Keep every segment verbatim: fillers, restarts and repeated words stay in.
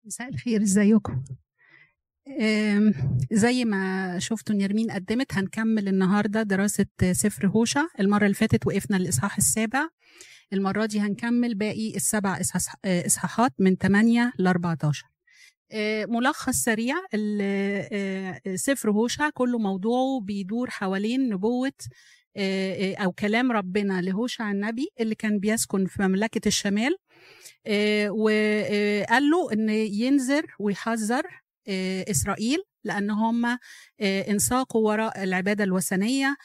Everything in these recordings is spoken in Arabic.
مساء الخير، ازيكم؟ آم، زي ما شفتوا نرمين قدمت، هنكمل النهارده دراسة سفر هوشع. المرة اللي فاتت وقفنا الإصحاح السابع. المرة دي هنكمل باقي السبع إصحاح- آه، إصحاحات من ثمانية ل أربعتاشر. آه، ملخص سريع. ال- آه، سفر هوشع كله موضوعه بيدور حوالين نبوة آه، آه، أو كلام ربنا لهوشع النبي اللي كان بيسكن في مملكة الشمال. آه، وقال له ان ينذر ويحذر آه، اسرائيل لان هم آه، انساقوا وراء العباده الوثنيه،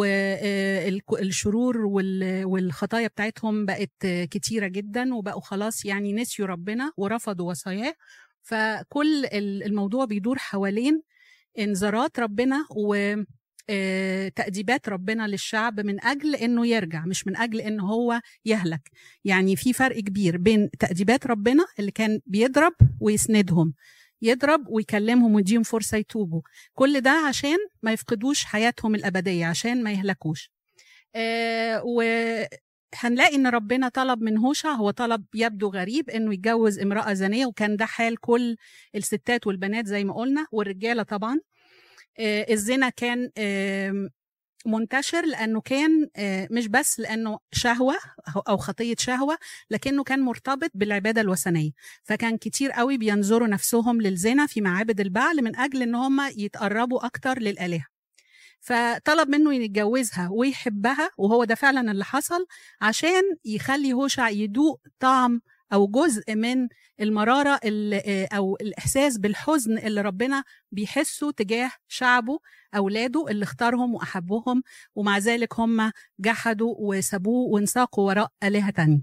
والشرور والخطايا بتاعتهم بقت آه، كتيره جدا، وبقوا خلاص يعني نسيوا ربنا ورفضوا وصاياه. فكل الموضوع بيدور حوالين انذارات ربنا و آه، تأديبات ربنا للشعب من أجل أنه يرجع، مش من أجل أنه هو يهلك. يعني في فرق كبير بين تأديبات ربنا اللي كان بيضرب ويسندهم، يضرب ويكلمهم ويديهم فرصة يتوبوا، كل ده عشان ما يفقدوش حياتهم الأبدية، عشان ما يهلكوش. آه وهنلاقي ان ربنا طلب من هوشع، هو طلب يبدو غريب، انه يتجوز امرأة زانية، وكان ده حال كل الستات والبنات زي ما قلنا، والرجالة طبعا. آه الزنا كان آه منتشر، لأنه كان آه مش بس لأنه شهوة أو خطية شهوة، لكنه كان مرتبط بالعبادة الوثنية. فكان كتير قوي بينظروا نفسهم للزنا في معابد البعل من أجل ان هم يتقربوا أكتر للآلهة. فطلب منه يتجوزها ويحبها، وهو ده فعلا اللي حصل، عشان يخلي هوشع يدوق طعم أو جزء من المرارة أو الإحساس بالحزن اللي ربنا بيحسه تجاه شعبه، أولاده اللي اختارهم وأحبهم، ومع ذلك هم جحدوا وسابوه وانساقوا وراء آلهة تانية.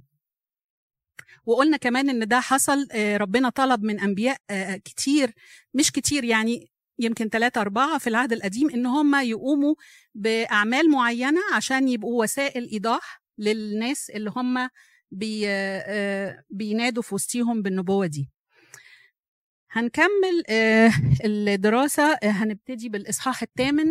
وقلنا كمان إن ده حصل، ربنا طلب من أنبياء كتير، مش كتير يعني يمكن ثلاثة أربعة في العهد القديم، إن هم يقوموا بأعمال معينة عشان يبقوا وسائل إيضاح للناس اللي هم بي بينادوا في وسطيهم بالنبوة دي. هنكمل الدراسة، هنبتدي بالإصحاح الثامن.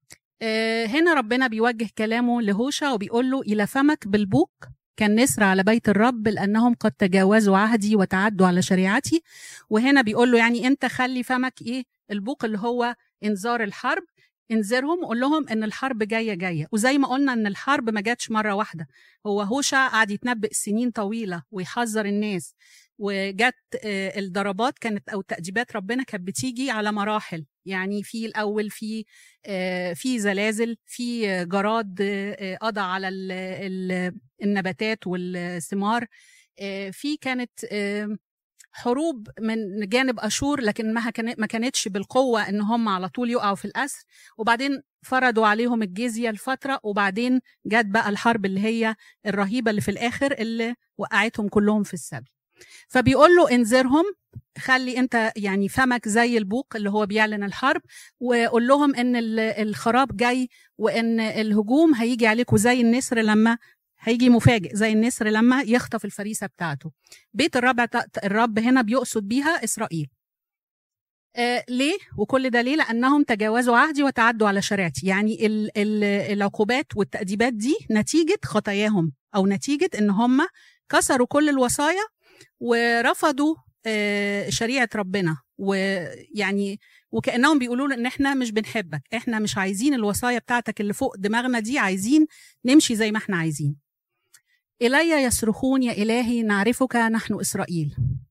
هنا ربنا بيوجه كلامه لهوشع وبيقول له: إلى فمك بالبوق كالنسر على بيت الرب، لأنهم قد تجاوزوا عهدي وتعدوا على شريعتي. وهنا بيقول له يعني أنت خلي فمك إيه؟ البوق اللي هو إنذار الحرب. انذرهم، قول لهم إن الحرب جاية جاية. وزي ما قلنا إن الحرب ما جاتش مرة واحدة، هو هوشع قعد يتنبئ سنين طويلة ويحذر الناس، وجت الضربات كانت أو تأديبات ربنا كانت بتيجي على مراحل. يعني في الأول في في زلازل، في جراد قضى على النباتات والثمار، في كانت حروب من جانب أشور، لكن ما كانتش بالقوة إن هم على طول يقعوا في الأسر، وبعدين فرضوا عليهم الجزية لفترة، وبعدين جت بقى الحرب اللي هي الرهيبة اللي في الآخر اللي وقعتهم كلهم في السبي. فبيقول له انذرهم، خلي انت يعني فمك زي البوق اللي هو بيعلن الحرب، وقول لهم ان الخراب جاي، وان الهجوم هيجي عليكم زي النسر لما هيجي مفاجئ، زي النسر لما يخطف الفريسة بتاعته. بيت الرب الرب هنا بيقصد بيها إسرائيل. آه ليه؟ وكل ده ليه؟ لأنهم تجاوزوا عهدي وتعدوا على شريعتي. يعني ال ال العقوبات والتأديبات دي نتيجة خطاياهم، أو نتيجة إن هم كسروا كل الوصايا ورفضوا آه شريعة ربنا. ويعني وكأنهم بيقولوا إن إحنا مش بنحبك، إحنا مش عايزين الوصايا بتاعتك اللي فوق دماغنا دي، عايزين نمشي زي ما إحنا عايزين. إلي يصرخون يا إلهي نعرفك نحن إسرائيل.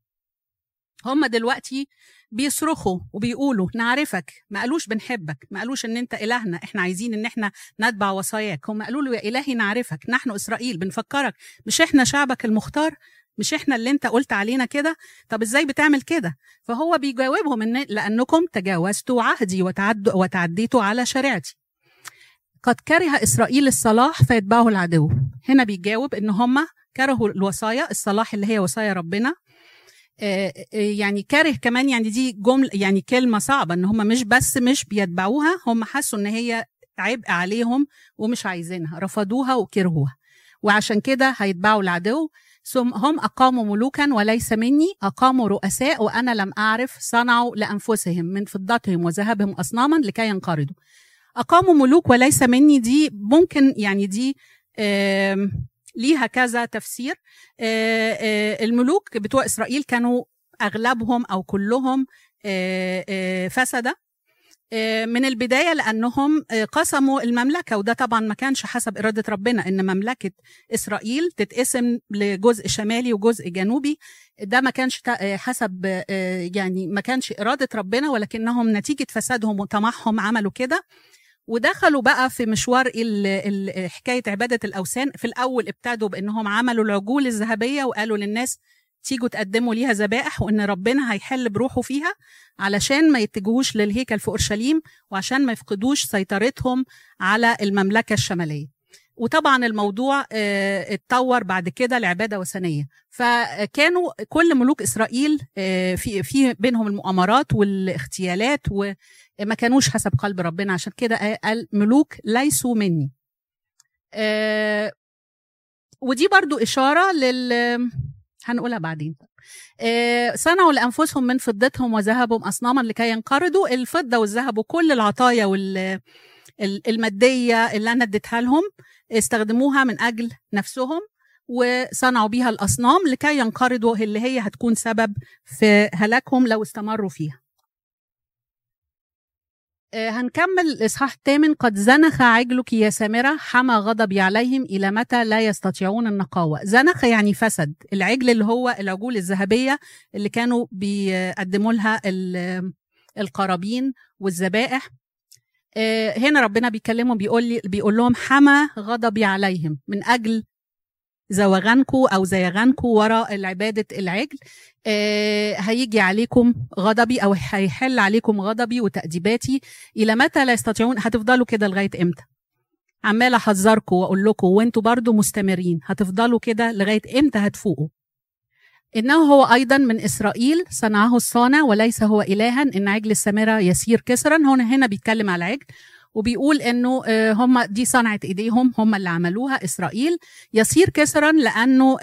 هم دلوقتي بيصرخوا وبيقولوا نعرفك، ما قالوش بنحبك، ما قالوش ان انت إلهنا، احنا عايزين ان احنا نتبع وصاياك. هم قالوا له يا إلهي نعرفك نحن إسرائيل، بنفكرك مش احنا شعبك المختار، مش احنا اللي انت قلت علينا كده؟ طب ازاي بتعمل كده؟ فهو بيجاوبهم ان لأنكم تجاوزتوا عهدي وتعدوا وتعديتوا على شريعتي. قد كره إسرائيل الصلاح فيتبعه العدو. هنا بيجاوب ان هم كرهوا الوصايا، الصلاح اللي هي وصايا ربنا. يعني كاره كمان، يعني دي جملة يعني كلمة صعبة، ان هم مش بس مش بيتبعوها، هم حسوا ان هي عبء عليهم ومش عايزينها، رفضوها وكرهوها، وعشان كده هيتبعوا العدو. ثم هم أقاموا ملوكا وليس مني، أقاموا رؤساء وأنا لم أعرف، صنعوا لأنفسهم من فضتهم وذهبهم أصناما لكي ينقرضوا. أقاموا ملوك وليس مني دي ممكن يعني دي ليها كذا تفسير. الملوك بتوع إسرائيل كانوا أغلبهم أو كلهم فسد من البداية، لأنهم قسموا المملكة، وده طبعا ما كانش حسب إرادة ربنا إن مملكة إسرائيل تتقسم لجزء شمالي وجزء جنوبي. ده ما كانش حسب، يعني ما كانش إرادة ربنا، ولكنهم نتيجة فسادهم وطمعهم عملوا كده، ودخلوا بقى في مشوار حكاية عبادة الأوثان. في الأول ابتدوا بأنهم عملوا العجول الذهبية وقالوا للناس تيجوا تقدموا ليها ذبائح، وإن ربنا هيحل بروحه فيها علشان ما يتجهوش للهيكل في أورشليم، وعشان ما يفقدوش سيطرتهم على المملكة الشمالية. وطبعا الموضوع اه اتطور بعد كده لعبادة وثنية. فكانوا كل ملوك إسرائيل اه في في بينهم المؤامرات والاغتيالات، وما كانوش حسب قلب ربنا. عشان كده قال ملوك ليسوا مني. اه ودي برضو إشارة لل هنقولها بعدين. صنعوا لأنفسهم من فضتهم وذهبهم أصناما لكي ينقرضوا. الفضة والذهب وكل العطايا والمادية اللي أنا اديتها لهم استخدموها من أجل نفسهم، وصنعوا بيها الأصنام لكي ينقرضوا، اللي هي هتكون سبب في هلاكهم لو استمروا فيها. هنكمل الإصحاح الثامن. قد زنخ عجلك يا سامرة، حمى غضبي عليهم، إلى متى لا يستطيعون النقاوة. زنخ يعني فسد. العجل اللي هو العجول الذهبية اللي كانوا بيقدموا لها القرابين والذبائح. هنا ربنا بيكلمهم بيقول بيقول لهم حمى غضبي عليهم من أجل زوغانكو أو زيغانكو وراء العبادة العجل. آه هيجي عليكم غضبي أو هيحل عليكم غضبي وتأديباتي. إلى متى لا يستطيعون؟ هتفضلوا كده لغاية إمتى؟ عمالة أحذركم وأقول لكم وأنتوا برضو مستمرين. هتفضلوا كده لغاية إمتى؟ هتفوقوا. إنه هو أيضا من إسرائيل صنعه الصانع وليس هو إلها، إن عجل السامرة يسير كسرا. هنا هنا بيتكلم على العجل، وبيقول انه هم دي صنعت ايديهم، هم اللي عملوها. اسرائيل يصير كسرا لانه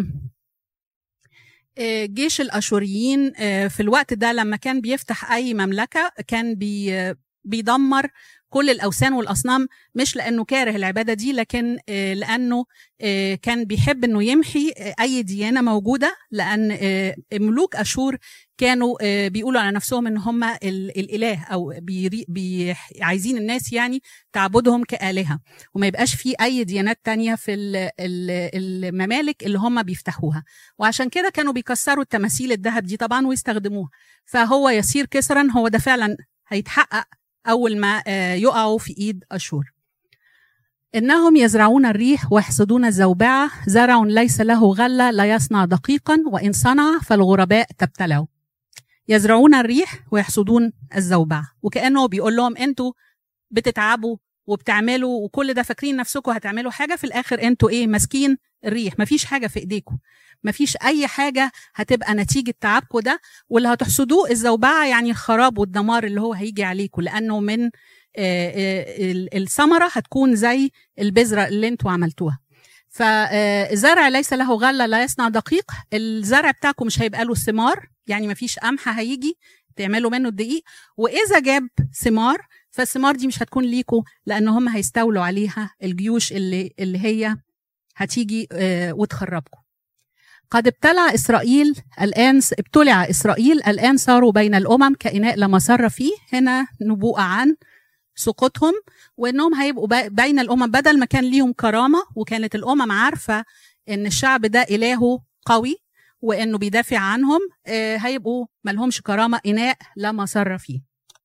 جيش الاشوريين في الوقت ده لما كان بيفتح اي مملكه كان بي بيدمر كل الاوثان والاصنام، مش لانه كاره العباده دي، لكن لانه كان بيحب انه يمحي اي ديانه موجوده، لان ملوك اشور كانوا بيقولوا على نفسهم ان هم الاله، او بي بي عايزين الناس يعني تعبدهم كآلهة، وما يبقاش في اي ديانات تانية في الممالك اللي هم بيفتحوها. وعشان كده كانوا بيكسروا التماثيل الذهب دي طبعا ويستخدموها. فهو يصير كسرا، هو ده فعلا هيتحقق أول ما يقعوا في إيد أشور. إنهم يزرعون الريح ويحصدون الزوبعة، زرع ليس له غلة لا يصنع دقيقا، وإن صنع فالغرباء تبتلعوا. يزرعون الريح ويحصدون الزوبعة، وكأنه بيقول لهم أنتوا بتتعبوا وبتعملوا وكل ده، فاكرين نفسكم هتعملوا حاجة، في الآخر أنتوا إيه؟ ماسكين الريح، مفيش حاجة في إيديكم، مفيش أي حاجة هتبقى نتيجة تعبكم ده. واللي هتحصدوه الزوبعة، يعني الخراب والدمار اللي هو هيجي عليكم، لأنه من الثمرة هتكون زي البذرة اللي انتوا عملتوها. فزرع ليس له غلة لا يصنع دقيق. الزرع بتاعكم مش هيبقى له ثمار، يعني مفيش قمح هيجي تعملوا منه الدقيق، وإذا جاب ثمار فالثمار دي مش هتكون ليكم، لأن هم هيستولوا عليها الجيوش اللي, اللي هي هتيجي وتخربكم. قد ابتلع إسرائيل الآن ابتلع إسرائيل الآن صاروا بين الأمم كإناء لا مسر فيه. هنا نبوءة عن سقوطهم، وإنهم هيبقوا بين الأمم، بدل ما كان ليهم كرامة وكانت الأمم عارفة إن الشعب ده إلهه قوي وإنه بيدافع عنهم، هيبقوا ملهمش كرامة، إناء لا مسر فيه.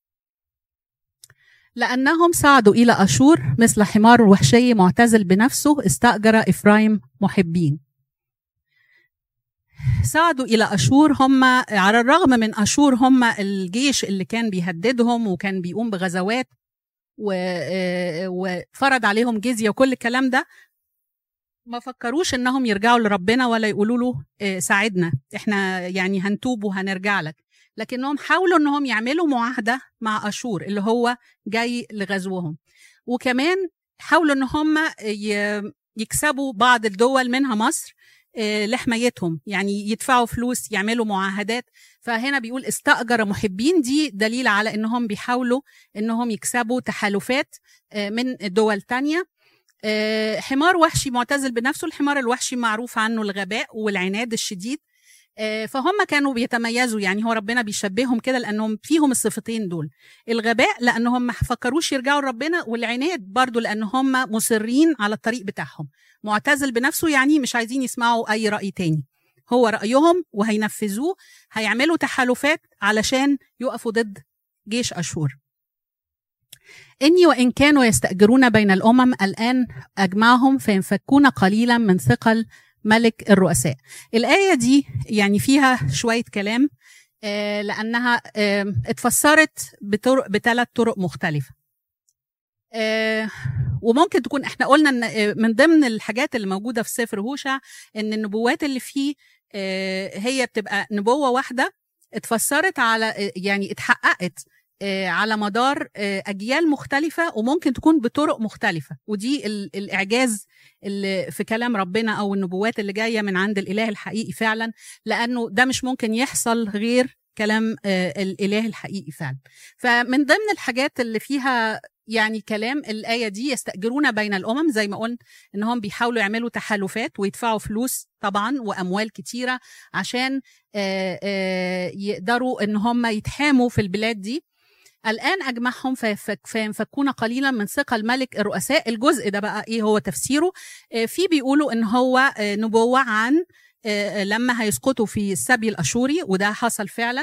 لأنهم صعدوا إلى أشور مثل حمار وحشي معتزل بنفسه، استأجر إفرايم محبين. صعدوا إلى أشور، هم على الرغم من أشور هم الجيش اللي كان بيهددهم وكان بيقوم بغزوات وفرض عليهم جزية وكل الكلام ده، ما فكروش إنهم يرجعوا لربنا ولا يقولوا له ساعدنا، إحنا يعني هنتوب وهنرجع لك. لكنهم حاولوا إنهم يعملوا معاهدة مع أشور اللي هو جاي لغزوهم، وكمان حاولوا إن هم يكسبوا بعض الدول منها مصر لحمايتهم، يعني يدفعوا فلوس، يعملوا معاهدات. فهنا بيقول استأجر محبين، دي دليل على إنهم بيحاولوا إنهم يكسبوا تحالفات من دول تانية. حمار وحشي معتزل بنفسه، الحمار الوحشي معروف عنه الغباء والعناد الشديد. فهم كانوا بيتميزوا، يعني هو ربنا بيشبههم كده لأنهم فيهم الصفتين دول، الغباء لأنهم ما فكروش يرجعوا لربنا، والعناد برضو لأنهم مصرين على الطريق بتاعهم. معتزل بنفسه يعني مش عايزين يسمعوا أي رأي تاني، هو رأيهم وهينفذوه، هيعملوا تحالفات علشان يقفوا ضد جيش أشور. إني وإن كانوا يستأجرون بين الأمم الآن أجمعهم فينفكون قليلا من ثقل ملك الرؤساء. الآية دي يعني فيها شوية كلام آه لأنها آه اتفسرت بطرق بثلاث طرق مختلفة. آه وممكن تكون احنا قلنا ان من ضمن الحاجات اللي موجودة في سفر هوشع ان النبوات اللي فيه آه هي بتبقى نبوة واحدة اتفسرت على يعني اتحققت على مدار أجيال مختلفة وممكن تكون بطرق مختلفة، ودي الإعجاز اللي في كلام ربنا أو النبوات اللي جاية من عند الإله الحقيقي فعلا، لأنه ده مش ممكن يحصل غير كلام الإله الحقيقي فعلا. فمن ضمن الحاجات اللي فيها يعني كلام الآية دي يستأجرون بين الأمم، زي ما قلت إنهم بيحاولوا يعملوا تحالفات ويدفعوا فلوس طبعا وأموال كتيرة عشان يقدروا إن هم يتحاموا في البلاد دي. الآن أجمعهم فينفكون قليلا من ثقل ملك الرؤساء. الجزء ده بقى إيه هو تفسيره؟ في بيقولوا إن هو نبوة عن لما هيسقطوا في السبي الأشوري، وده حصل فعلا.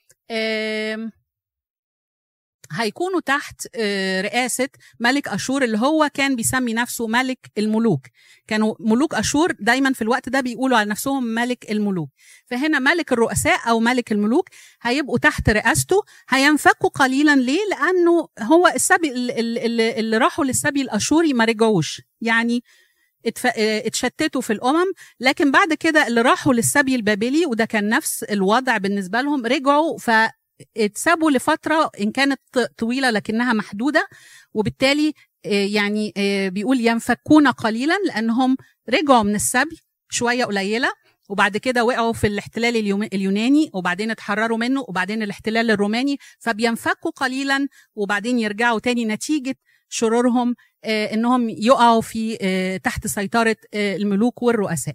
هيكونوا تحت رئاسة ملك أشور اللي هو كان بيسمي نفسه ملك الملوك. كانوا ملوك أشور دايما في الوقت ده بيقولوا على نفسهم ملك الملوك، فهنا ملك الرؤساء أو ملك الملوك هيبقوا تحت رئاسته. هينفكوا قليلا ليه؟ لأنه هو السبي اللي, اللي راحوا للسبي الأشوري ما رجعوش، يعني اتشتتوا في الأمم، لكن بعد كده اللي راحوا للسبي البابلي وده كان نفس الوضع بالنسبة لهم رجعوا، ف اتسابوا لفترة إن كانت طويلة لكنها محدودة، وبالتالي يعني بيقول ينفكون قليلا لأنهم رجعوا من السبي شوية قليلة، وبعد كده وقعوا في الاحتلال اليوناني وبعدين اتحرروا منه، وبعدين الاحتلال الروماني، فبينفكوا قليلا وبعدين يرجعوا تاني نتيجة شرورهم إنهم يقعوا في تحت سيطرة الملوك والرؤساء.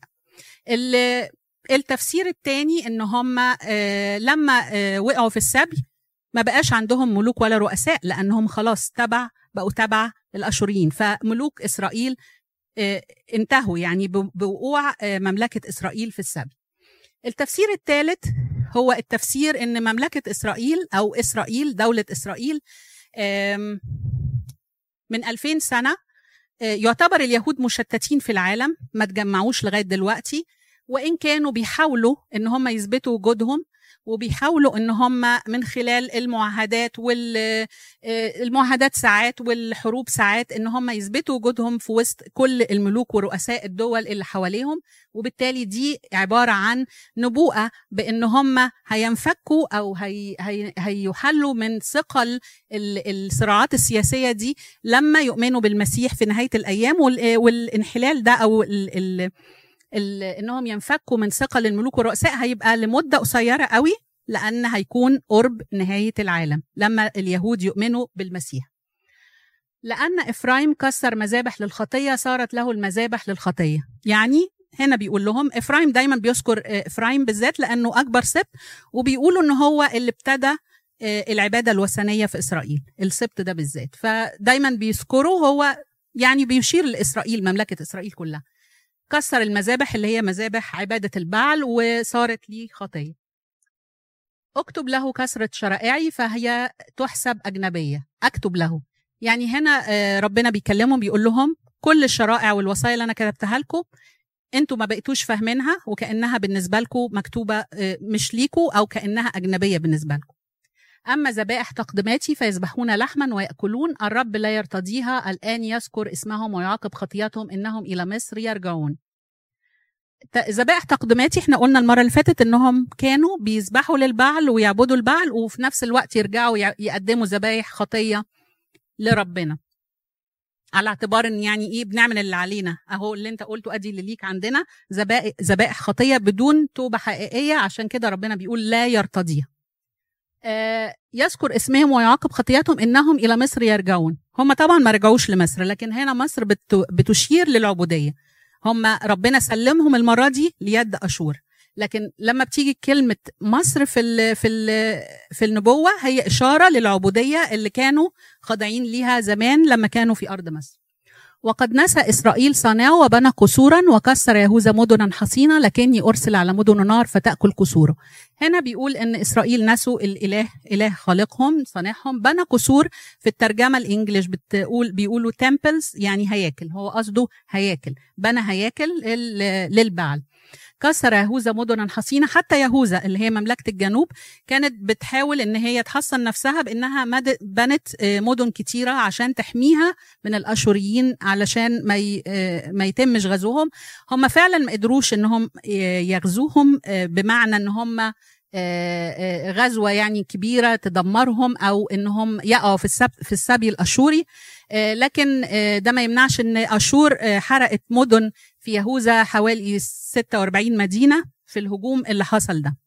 التفسير الثاني ان هم آه لما آه وقعوا في السبي ما بقاش عندهم ملوك ولا رؤساء، لانهم خلاص تبع بقوا تبع الاشوريين، فملوك اسرائيل آه انتهوا يعني بوقوع آه مملكه اسرائيل في السبي. التفسير الثالث هو التفسير ان مملكه اسرائيل او اسرائيل دوله اسرائيل آه من ألفين سنه آه يعتبر اليهود مشتتين في العالم، ما تجمعوش لغايه دلوقتي، وإن كانوا بيحاولوا إن هم يثبتوا وجودهم، وبيحاولوا إن هم من خلال المعاهدات والمعاهدات ساعات والحروب ساعات إن هم يثبتوا وجودهم في وسط كل الملوك ورؤساء الدول اللي حواليهم، وبالتالي دي عبارة عن نبوءة بإن هم هينفكوا أو هي هي هيحلوا من ثقل الصراعات السياسية دي لما يؤمنوا بالمسيح في نهاية الأيام، والانحلال ده أو ال ال انهم ينفكوا من ثقل الملوك والرؤساء هيبقى لمده قصيره قوي، لان هيكون قرب نهايه العالم لما اليهود يؤمنوا بالمسيح. لان افرايم كسر مذابح للخطيه صارت له المذابح للخطيه. يعني هنا بيقول لهم افرايم، دايما بيذكر افرايم بالذات لانه اكبر سبط، وبيقولوا ان هو اللي ابتدى العباده الوثنيه في اسرائيل، السبط ده بالذات، فدايما بيذكروا هو يعني بيشير لاسرائيل، مملكه اسرائيل كلها. كسر المذابح اللي هي مذابح عبادة البعل وصارت لي خطية. اكتب له كسرة شرائعي فهي تحسب أجنبية. أكتب له يعني هنا ربنا بيكلمهم بيقول لهم كل الشرائع والوصايا اللي أنا كتبتها لكم أنتوا ما بقيتوش فاهمينها، وكأنها بالنسبة لكم مكتوبة مش ليكم أو كأنها أجنبية بالنسبة لكم. أما ذبائح تقدماتي فيذبحون لحما ويأكلون، الرب لا يرتضيها، الآن يذكر اسمهم ويعاقب خطياتهم، إنهم إلى مصر يرجعون. ذبائح تقدماتي احنا قلنا المرة اللي فاتت إنهم كانوا بيذبحوا للبعل ويعبدوا البعل، وفي نفس الوقت يرجعوا يقدموا ذبائح خطية لربنا، على اعتبار ان يعني ايه بنعمل اللي علينا، اهو اللي انت قلته ادي اللي ليك عندنا، ذبائح خطية بدون توبة حقيقية، عشان كده ربنا بيقول لا يرتضيها. آه يذكر اسمهم ويعاقب خطياتهم، انهم الى مصر يرجعون. هم طبعا ما رجعوش لمصر، لكن هنا مصر بتشير للعبودية. هم ربنا سلمهم المرة دي ليد أشور، لكن لما بتيجي كلمة مصر في ال في ال في النبوة هي إشارة للعبودية اللي كانوا خاضعين ليها زمان لما كانوا في أرض مصر. وقد نسى إسرائيل صانعه وبنى قصورا وكسر يهوذا مدنا حصينة لكني أرسل على مدن نار فتأكل قصوره. هنا بيقول إن إسرائيل نسوا الإله، إله خالقهم صانعهم، بنى قصور. في الترجمة الإنجليش بتقول بيقولوا temples يعني هياكل، هو قصده هياكل، بنى هياكل للبعل. كسر يهوذا مدنا حصينة. حتى يهوذا اللي هي مملكة الجنوب كانت بتحاول ان هي تحصن نفسها بانها بنت مدن كتيرة عشان تحميها من الاشوريين علشان ما ما يتمش غزوهم. هم فعلا ما قدروش انهم يغزوهم بمعنى ان هم غزوة يعني كبيرة تدمرهم او انهم يقعوا في السبي في السبي الاشوري، لكن ده ما يمنعش ان اشور حرقت مدن في يهوذا حوالي ستة وأربعين مدينة في الهجوم اللي حصل ده.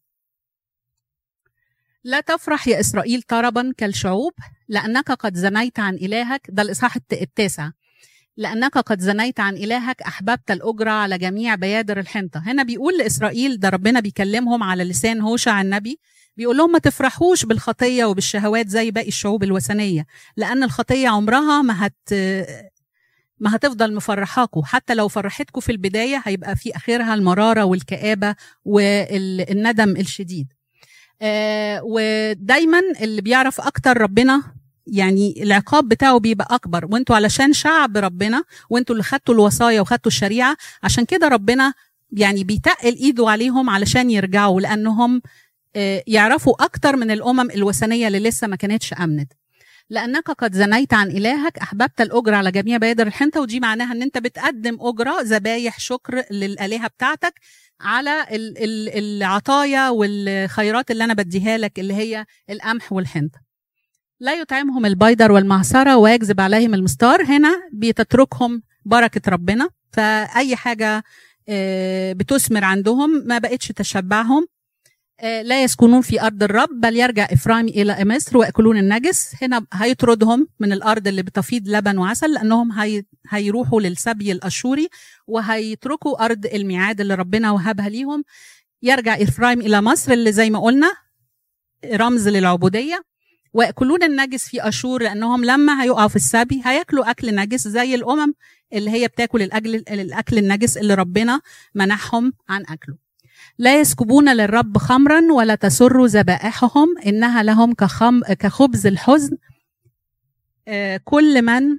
لا تفرح يا إسرائيل طربا كالشعوب لأنك قد زنيت عن إلهك. ده الإصحاح التاسع. لأنك قد زنيت عن إلهك أحببت الأجرة على جميع بيادر الحنطة. هنا بيقول لإسرائيل، ده ربنا بيكلمهم على لسان هوشع النبي، بيقول لهم ما تفرحوش بالخطية وبالشهوات زي باقي الشعوب الوثنية، لأن الخطية عمرها ما هت ما هتفضل مفرحاكوا. حتى لو فرحتكوا في البداية هيبقى في آخرها المرارة والكآبة والندم الشديد. آه ودايما اللي بيعرف أكتر ربنا يعني العقاب بتاعه بيبقى أكبر، وانتوا علشان شعب ربنا وانتوا اللي خدتوا الوصايا وخدتوا الشريعة، عشان كده ربنا يعني بيتقل إيده عليهم علشان يرجعوا، لأنهم آه يعرفوا أكتر من الأمم الوثنية اللي لسه ما كانتش أمنت. لأنك قد زنيت عن إلهك أحببت الأجرة على جميع بيادر الحنطة. ودي معناها أن أنت بتقدم أجرة ذبايح شكر للآلهة بتاعتك على العطايا والخيرات اللي أنا بديها لك اللي هي القمح والحنطة. لا يطعمهم البيدر والمعصرة ويجذب عليهم المستار. هنا بتتركهم بركة ربنا، فأي حاجة بتثمر عندهم ما بقتش تشبعهم. لا يسكنون في أرض الرب بل يرجع إفرايم إلى مصر ويأكلون النجس. هنا هيطردهم من الأرض اللي بتفيض لبن وعسل، لأنهم هي هيروحوا للسبي الأشوري وهيتركوا أرض الميعاد اللي ربنا وهبها ليهم. يرجع إفرايم إلى مصر اللي زي ما قلنا رمز للعبودية. ويأكلون النجس في أشور، لأنهم لما هيقعوا في السبي هيأكلوا أكل نجس زي الأمم اللي هي بتاكل الأكل النجس اللي ربنا منحهم عن أكله. لا يسكبون للرب خمرا ولا تسر ذبائحهم إنها لهم كخم كخبز الحزن. آه كل من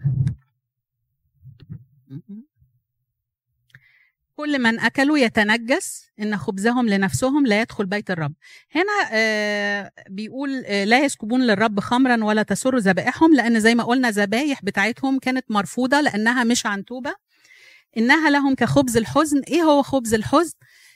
كل من أكلوا يتنجس، إن خبزهم لنفسهم لا يدخل بيت الرب. هنا آه بيقول آه لا يسكبون للرب خمرا ولا تسر ذبائحهم، لأن زي ما قلنا ذبايح بتاعتهم كانت مرفوضة لأنها مش عن توبة. إنها لهم كخبز الحزن. إيه هو خبز الحزن؟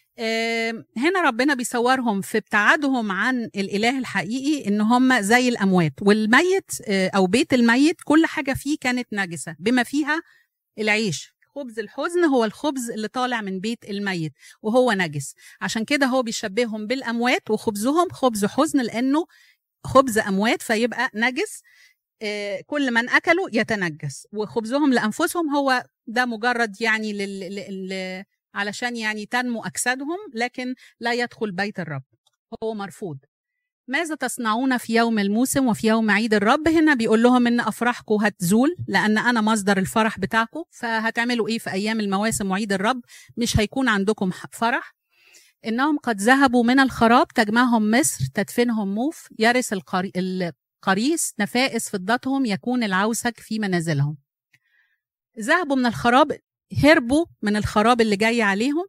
هنا ربنا بيصورهم في ابتعادهم عن الإله الحقيقي إن هم زي الأموات، والميت أو بيت الميت كل حاجة فيه كانت نجسة بما فيها العيش. خبز الحزن هو الخبز اللي طالع من بيت الميت وهو نجس، عشان كده هو بيشبههم بالأموات وخبزهم خبز حزن لأنه خبز أموات فيبقى نجس. كل من أكلوا يتنجس، وخبزهم لأنفسهم هو ده مجرد يعني لل... لل... علشان يعني تنمو أجسادهم، لكن لا يدخل بيت الرب، هو مرفوض. ماذا تصنعون في يوم الموسم وفي يوم عيد الرب؟ هنا بيقول لهم إن أفراحكم هتزول لأن أنا مصدر الفرح بتاعكم. فهتعملوا إيه في أيام المواسم وعيد الرب؟ مش هيكون عندكم فرح. إنهم قد ذهبوا من الخراب تجمعهم مصر تدفنهم موف. يرث القري... القريس نفائس فضتهم يكون العوسك في منازلهم. ذهبوا من الخراب، هربوا من الخراب اللي جاي عليهم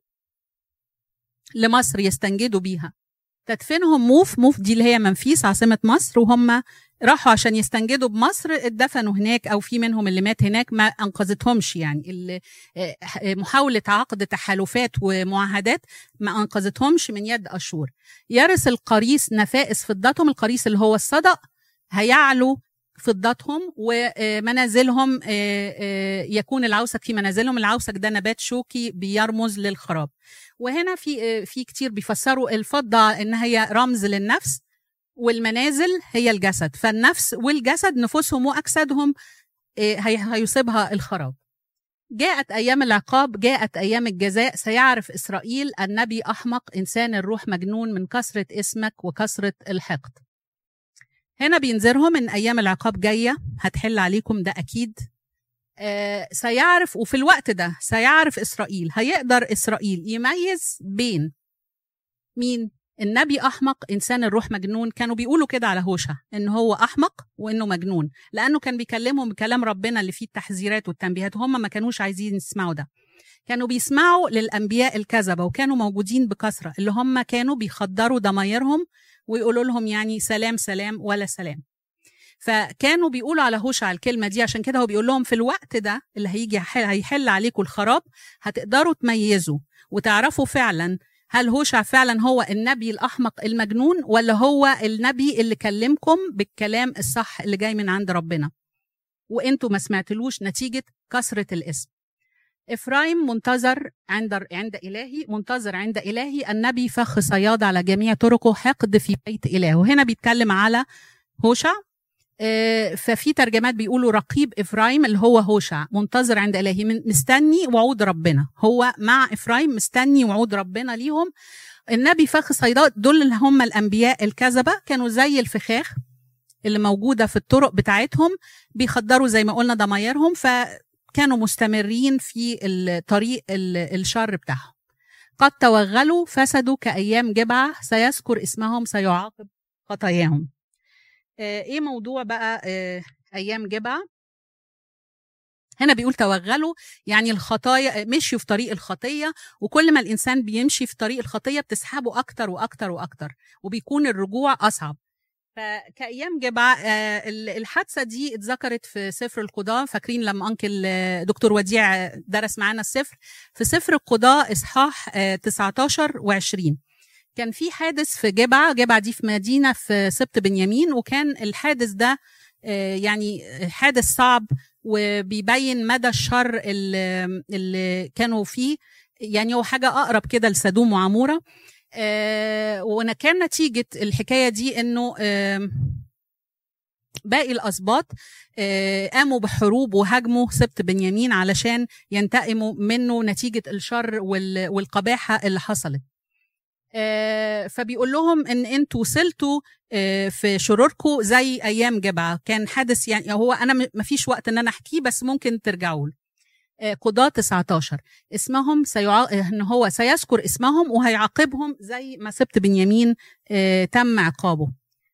لمصر يستنجدوا بيها. تدفنهم موف. موف دي اللي هي منفيس عاصمة مصر، وهم راحوا عشان يستنجدوا بمصر اتدفنوا هناك، أو في منهم اللي مات هناك ما أنقذتهمش. يعني محاولة عقد تحالفات ومعاهدات ما أنقذتهمش من يد أشور. يرث القريس نفائس فضتهم. القريس اللي هو الصدق هيعلو فضتهم، ومنازلهم يكون العوسك في منازلهم. العوسك ده نبات شوكي بيرمز للخراب. وهنا في في كتير بيفسروا الفضة إن هي رمز للنفس، والمنازل هي الجسد. فالنفس والجسد نفوسهم وأجسادهم هيصيبها الخراب. جاءت أيام العقاب، جاءت أيام الجزاء، سيعرف إسرائيل النبي أحمق، إنسان الروح مجنون من كثرة اسمك وكثرة الحقد. هنا بينذرهم إن أيام العقاب جاية هتحل عليكم، ده أكيد. آه سيعرف، وفي الوقت ده سيعرف إسرائيل، هيقدر إسرائيل يميز بين مين؟ النبي أحمق، إنسان الروح مجنون. كانوا بيقولوا كده على هوشع إن هو أحمق وإنه مجنون، لأنه كان بيكلمهم بكلام ربنا اللي فيه التحذيرات والتنبيهات، هم ما كانوش عايزين يسمعوا ده. كانوا بيسمعوا للأنبياء الكذبة، وكانوا موجودين بكثرة، اللي هم كانوا بيخدروا ضمايرهم ويقولوا لهم يعني سلام سلام ولا سلام. فكانوا بيقولوا على هوشع الكلمة دي، عشان كده هو بيقول لهم في الوقت ده اللي هيجي هيحل عليكم الخراب، هتقدروا تميزوا وتعرفوا فعلا هل هوشع فعلا هو النبي الأحمق المجنون، ولا هو النبي اللي كلمكم بالكلام الصح اللي جاي من عند ربنا وانتوا ما سمعتلوش نتيجة كثرة الاسم. إفرايم منتظر عند عند إلهي، منتظر عند إلهي، النبي فخ صياد على جميع طرقه، حقد في بيت إلهه. هنا بيتكلم على هوشع. ففي ترجمات بيقولوا رقيب إفرايم اللي هو هوشع، منتظر عند إلهي، مستني وعود ربنا، هو مع إفرايم مستني وعود ربنا ليهم. النبي فخ صياد دول اللي هم الأنبياء الكذبة، كانوا زي الفخاخ اللي موجودة في الطرق بتاعتهم، بيخدروا زي ما قلنا ضمايرهم، فكانوا مستمرين في الطريق الشر بتاعهم. قد توغلوا فسدوا كأيام جبعة، سيذكر اسمهم سيعاقب خطاياهم. ايه موضوع بقى ايام جبعة؟ هنا بيقول توغلوا، يعني الخطايا، مشيوا في طريق الخطية، وكل ما الإنسان بيمشي في طريق الخطية بتسحبه أكتر وأكتر وأكتر، وبيكون الرجوع أصعب. فكأيام جبعة الحادثة دي اتذكرت في سفر القضاء. فاكرين لما أنكل دكتور وديع درس معانا السفر في سفر القضاء إصحاح تسعتاشر وعشرين، كان في حادث في جبعة. جبعة دي في مدينة في سبط بنيامين، وكان الحادث ده يعني حادث صعب، وبيبين مدى الشر اللي كانوا فيه. يعني هو حاجة أقرب كده لسدوم وعمورة. وكان نتيجة الحكاية دي إنه باقي الأسباط قاموا بحروب وهاجموا سبط بنيامين علشان ينتقموا منه نتيجة الشر والقباحة اللي حصلت. آه فبيقول لهم ان انتوا وصلتوا آه في شروركم زي ايام جبعة. كان حادث، يعني هو انا مفيش وقت ان انا احكيه، بس ممكن ترجعوا له. آه قضاة تسعتاشر اسمهم سيع... ان هو سيذكر اسمهم وهيعاقبهم زي ما سبط بنيامين آه تم عقابه.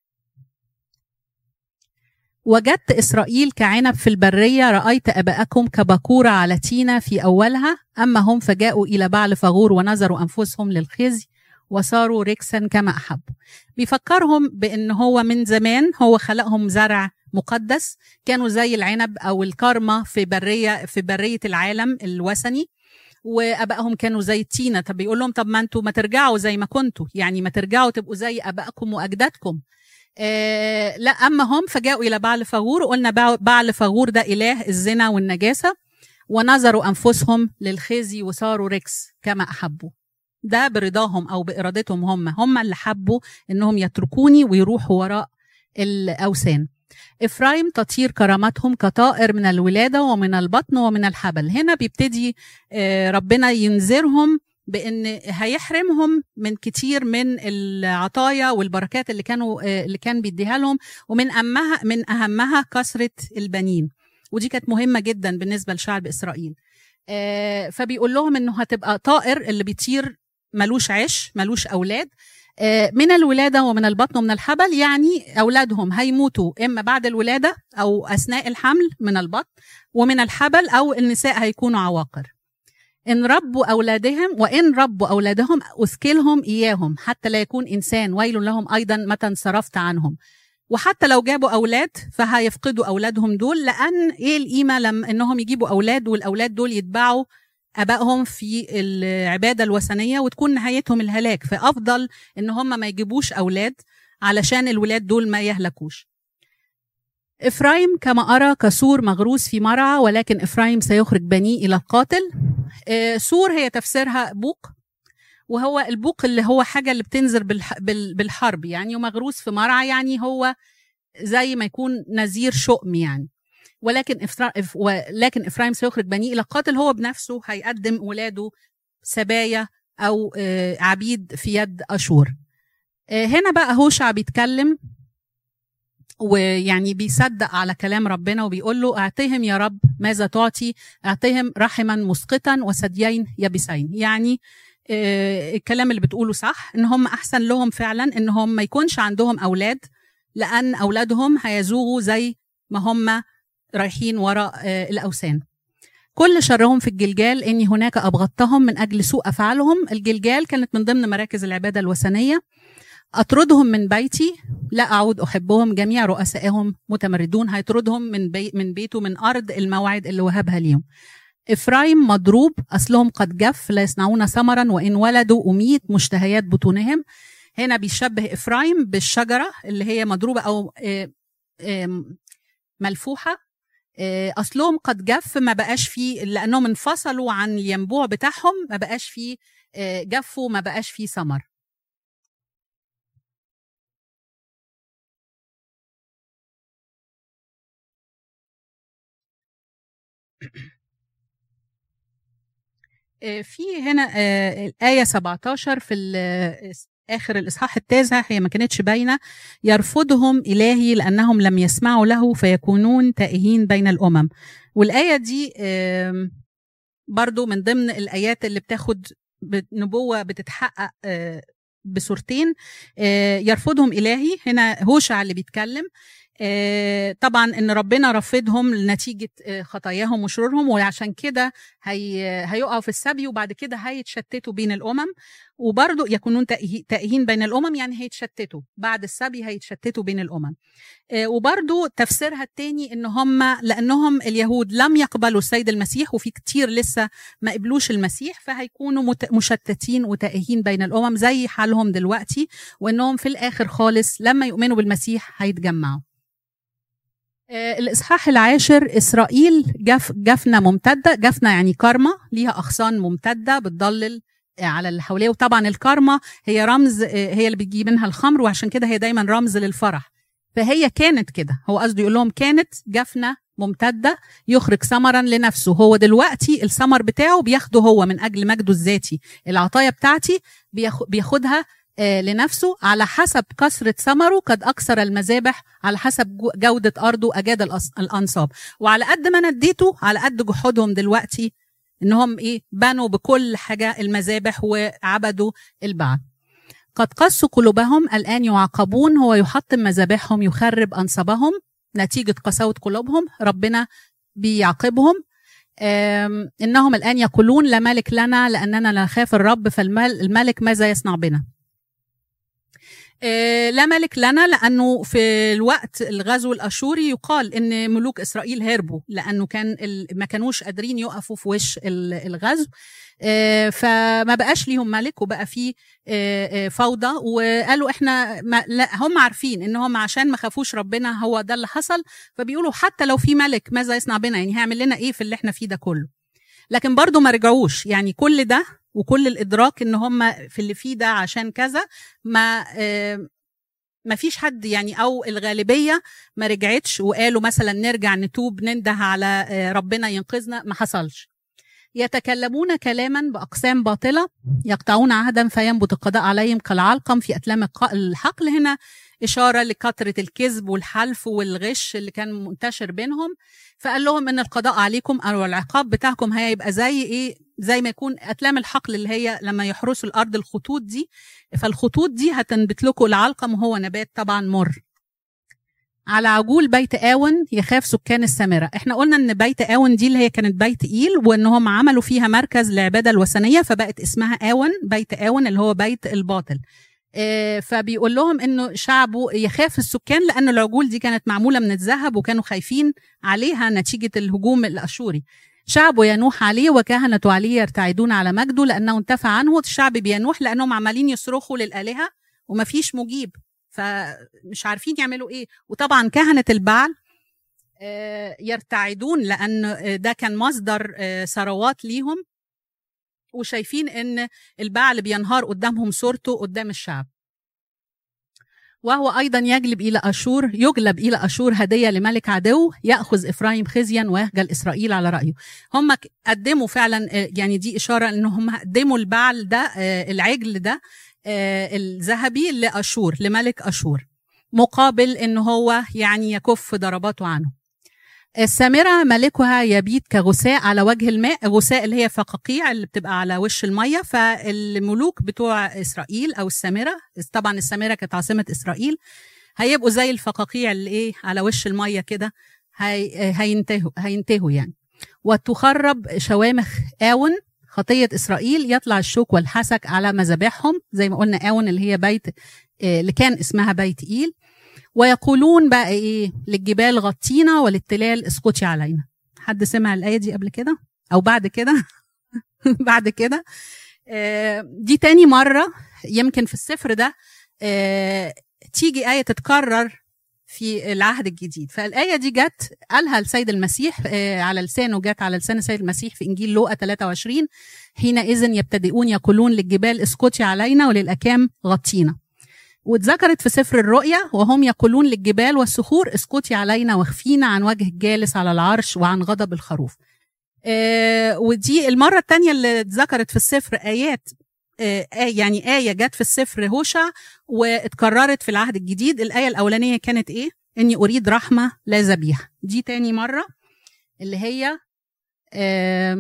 وجدت إسرائيل كعنب في البرية، رأيت أباءكم كبكورة على تينة في أولها، أما هم فجاءوا إلى بعل فغور ونظروا أنفسهم للخزي وصاروا ركسا كما أحبوا. بيفكرهم بأن هو من زمان هو خلقهم زرع مقدس، كانوا زي العنب أو الكرمة في برية في برية العالم الوثني، وأبائهم كانوا زي التينة. طب بيقول لهم طب ما أنتوا ما ترجعوا زي ما كنتوا، يعني ما ترجعوا تبقوا زي أبائكم وأجدادكم. آه لا، أما هم فجاءوا إلى بعل فغور، وقلنا بعل فغور ده إله الزنا والنجاسة، ونظروا أنفسهم للخزي وصاروا ركس كما أحبوا. ده برضاهم أو بإرادتهم، هم هم اللي حبوا إنهم يتركوني ويروحوا وراء الأوثان. إفرايم تطير كرامتهم كطائر من الولادة ومن البطن ومن الحبل. هنا بيبتدي ربنا ينذرهم بأن هيحرمهم من كتير من العطايا والبركات اللي كانوا اللي كان بيديها لهم، ومن أهمها من أهمها كثرة البنين، ودي كانت مهمة جدا بالنسبة لشعب إسرائيل. فبيقول لهم إنه هتبقى طائر اللي بيطير ملوش عش ملوش أولاد، من الولادة ومن البطن ومن الحبل، يعني أولادهم هيموتوا إما بعد الولادة أو أثناء الحمل من البطن ومن الحبل، أو النساء هيكونوا عواقر. إن ربوا أولادهم وإن ربوا أولادهم أثكلهم إياهم حتى لا يكون إنسان ويل لهم أيضا متى انصرفت عنهم. وحتى لو جابوا أولاد فهيفقدوا أولادهم دول، لأن إيه القيمة لما إنهم يجيبوا أولاد والأولاد دول يتبعوا أبائهم في العبادة الوثنية وتكون نهايتهم الهلاك. فأفضل إن هم ما يجيبوش أولاد علشان الولاد دول ما يهلكوش. إفرايم كما أرى كسور مغروس في مرعى، ولكن إفرايم سيخرج بنيه إلى القاتل. آه سور هي تفسيرها بوق، وهو البوق اللي هو حاجة اللي بتنذر بالحرب يعني، ومغروس في مرعى يعني هو زي ما يكون نذير شؤم يعني. ولكن إفرا... ولكن إفرايم سيخرج بنيه إلى قاتل، هو بنفسه هيقدم ولاده سبايا أو عبيد في يد أشور. هنا بقى هوشع بيتكلم ويعني بيصدق على كلام ربنا وبيقول له اعطيهم يا رب ماذا تعطي، اعطيهم رحما مسقطا وثديين يبسين. يعني آه الكلام اللي بتقوله صح، ان هم احسن لهم فعلا ان هم ما يكونش عندهم اولاد، لان اولادهم هيزوغوا زي ما هم رايحين وراء آه الاوثان. كل شرهم في الجلجال اني هناك ابغضتهم من اجل سوء افعالهم. الجلجال كانت من ضمن مراكز العباده الوثنيه. أطردهم من بيتي لا أعود أحبهم، جميع رؤسائهم متمردون. هيطردهم من, بي من بيته، من أرض الموعد اللي وهبها ليهم. إفرايم مضروب، أصلهم قد جف، لا يصنعون ثمرا، وإن ولدوا أميت مشتهيات بطونهم. هنا بيشبه إفرايم بالشجرة اللي هي مضروبة أو ملفوحة. أصلهم قد جف، ما بقاش فيه، لأنهم انفصلوا عن الينبوع بتاعهم، ما بقاش فيه جفوا، ما بقاش فيه ثمر. في هنا الآية سبعتاشر في آخر الإصحاح التاسع، هي ما كانتش باينة. يرفضهم إلهي لأنهم لم يسمعوا له فيكونون تائهين بين الأمم. والآية دي برضو من ضمن الآيات اللي بتاخد نبوة بتتحقق بصورتين. يرفضهم إلهي، هنا هوشع اللي بيتكلم. طبعا ان ربنا رفضهم نتيجه خطاياهم وشرورهم، وعشان كده هي هيقعوا في السبي، وبعد كده هيتشتتوا بين الامم. وبرضه يكونون تائهين بين الامم، يعني هيتشتتوا بعد السبي، هيتشتتوا بين الامم. وبرضه تفسيرها الثاني ان هم لانهم اليهود لم يقبلوا السيد المسيح، وفي كتير لسه ما قبلوش المسيح، فهيكونوا مشتتين وتائهين بين الامم زي حالهم دلوقتي، وانهم في الاخر خالص لما يؤمنوا بالمسيح هيتجمعوا. الإصحاح العاشر، إسرائيل جف جفنة ممتدة. جفنة يعني كارما، ليها أغصان ممتدة بتضلل على اللي حواليه. وطبعا الكارما هي رمز، هي اللي بتجيب منها الخمر، وعشان كده هي دايما رمز للفرح. فهي كانت كده، هو قصده يقول لهم كانت جفنة ممتدة يخرج ثمرا لنفسه. هو دلوقتي الثمر بتاعه بياخده هو من أجل مجده الذاتي. العطايا بتاعتي بياخدها لنفسه على حسب كثرة ثمره، قد أكثر المذابح، على حسب جودة أرضه أجاد الأنصاب. وعلى قد ما نديته على قد جحودهم دلوقتي إنهم إيه بنوا بكل حاجة المذابح وعبدوا البعل. قد قسوا قلوبهم الآن يعاقبون، هو يحطم مذابحهم يخرب أنصابهم نتيجة قساوة قلوبهم. ربنا بيعاقبهم. إنهم الآن يقولون لا ملك لنا لأننا لا نخاف الرب، فالملك ماذا يصنع بنا؟ لا ملك لنا، لأنه في الوقت الغزو الأشوري يقال إن ملوك إسرائيل هربوا، لأنه كان ما كانوش قادرين يقفوا في وش الغزو، فما بقاش ليهم ملك، وبقى فيه فوضى. وقالوا إحنا ما لا، هم عارفين إنهم عشان ما خافوش ربنا هو ده اللي حصل، فبيقولوا حتى لو في ملك ماذا يصنع بنا، يعني هيعمل لنا إيه في اللي إحنا فيه ده كله. لكن برضو ما رجعوش، يعني كل ده وكل الإدراك إن هم في اللي فيه ده عشان كذا، ما ما فيش حد يعني، أو الغالبية ما رجعتش وقالوا مثلا نرجع نتوب ننده على ربنا ينقذنا، ما حصلش. يتكلمون كلاما بأقسام باطلة، يقطعون عهدا فينبت القضاء عليهم كالعلقم في أتلام الحقل. هنا إشارة لكثرة الكذب والحلف والغش اللي كان منتشر بينهم. فقال لهم إن القضاء عليكم أو العقاب بتاعكم هيبقى زي إيه، زي ما يكون أتلام الحقل اللي هي لما يحرسوا الأرض الخطوط دي، فالخطوط دي هتنبت لكم العلقم، وهو نبات طبعا مر. على عجول بيت آون يخاف سكان السامرة. احنا قلنا ان بيت آون دي اللي هي كانت بيت إيل، وانهم عملوا فيها مركز للعبادة الوثنية، فبقت اسمها آون، بيت آون اللي هو بيت الباطل. اه فبيقول لهم انه شعبه يخاف السكان، لان العجول دي كانت معمولة من الذهب، وكانوا خايفين عليها نتيجة الهجوم الأشوري. شعبه ينوح عليه وكهنة عليه يرتعدون على مجده لأنه انتفع عنه. الشعب بينوح لأنهم عمالين يصرخوا للآلهة ومفيش مجيب، فمش عارفين يعملوا ايه. وطبعا كهنة البعل يرتعدون لأن ده كان مصدر ثروات ليهم، وشايفين ان البعل بينهار قدامهم صورته قدام الشعب. وهو أيضا يجلب إلى أشور يجلب إلى أشور هدية لملك عدو، يأخذ إفرايم خزيا ويخجل إسرائيل على رأيه. هم قدموا فعلا، يعني دي إشارة إن هم قدموا البعل ده، العجل ده الذهبي لأشور، لملك أشور، مقابل إن هو يعني يكف ضرباته عنه. السامرة ملكها يبيت كغثاء على وجه الماء، غثاء اللي هي فقاقيع اللي بتبقى على وش المية. فالملوك بتوع إسرائيل أو السامرة، طبعا السامرة كانت عاصمة إسرائيل، هيبقوا زي الفقاقيع اللي إيه على وش المية كده، هي هينتهوا هينتهوا يعني. وتخرب شوامخ آون خطية إسرائيل، يطلع الشوك والحسك على مذابحهم، زي ما قلنا آون اللي هي بيت اللي كان اسمها بيت إيل. ويقولون بقى ايه للجبال غطينا وللتلال اسقطي علينا. حد سمع الآية دي قبل كده أو بعد كده؟ بعد كده آه دي تاني مرة يمكن في السفر ده آه تيجي آية تتكرر في العهد الجديد. فالآية دي جت قالها السيد المسيح آه على لسانه، جت على لسان السيد المسيح في إنجيل لوقا ثلاثة وعشرين: حينئذ يبتدئون يقولون للجبال اسقطي علينا وللأكام غطينا. واتذكرت في سفر الرؤيا: وهم يقولون للجبال والصخور اسقطي علينا واخفينا عن وجه الجالس على العرش وعن غضب الخروف. آه ودي المرة الثانية اللي اتذكرت في السفر آيات آه يعني آية جت في السفر هوشع واتكررت في العهد الجديد. الآية الأولانية كانت إيه؟ إني أريد رحمة لا ذبيحة. دي تاني مرة اللي هي آه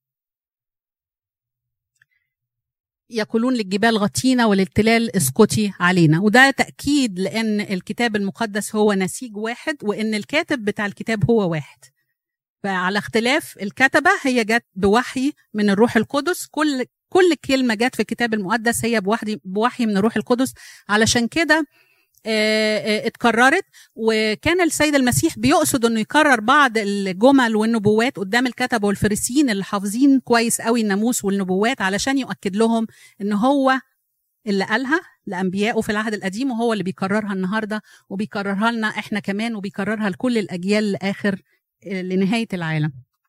يقولون للجبال غطينا وللتلال اسقطي علينا. وده تأكيد لأن الكتاب المقدس هو نسيج واحد، وإن الكاتب بتاع الكتاب هو واحد. فعلى اختلاف الكتبة هي جت بوحي من الروح القدس، كل كل كلمة جت في الكتاب المقدس هي بوحي بوحي من الروح القدس. علشان كده اتكررت. وكان السيد المسيح بيقصد انه يكرر بعض الجمل والنبوات قدام الكتبة والفريسيين اللي حافظين كويس قوي الناموس والنبوات، علشان يؤكد لهم ان هو اللي قالها لأنبيائه في العهد القديم، وهو اللي بيكررها النهاردة وبيكررها لنا احنا كمان، وبيكررها لكل الأجيال لآخر لنهاية العالم.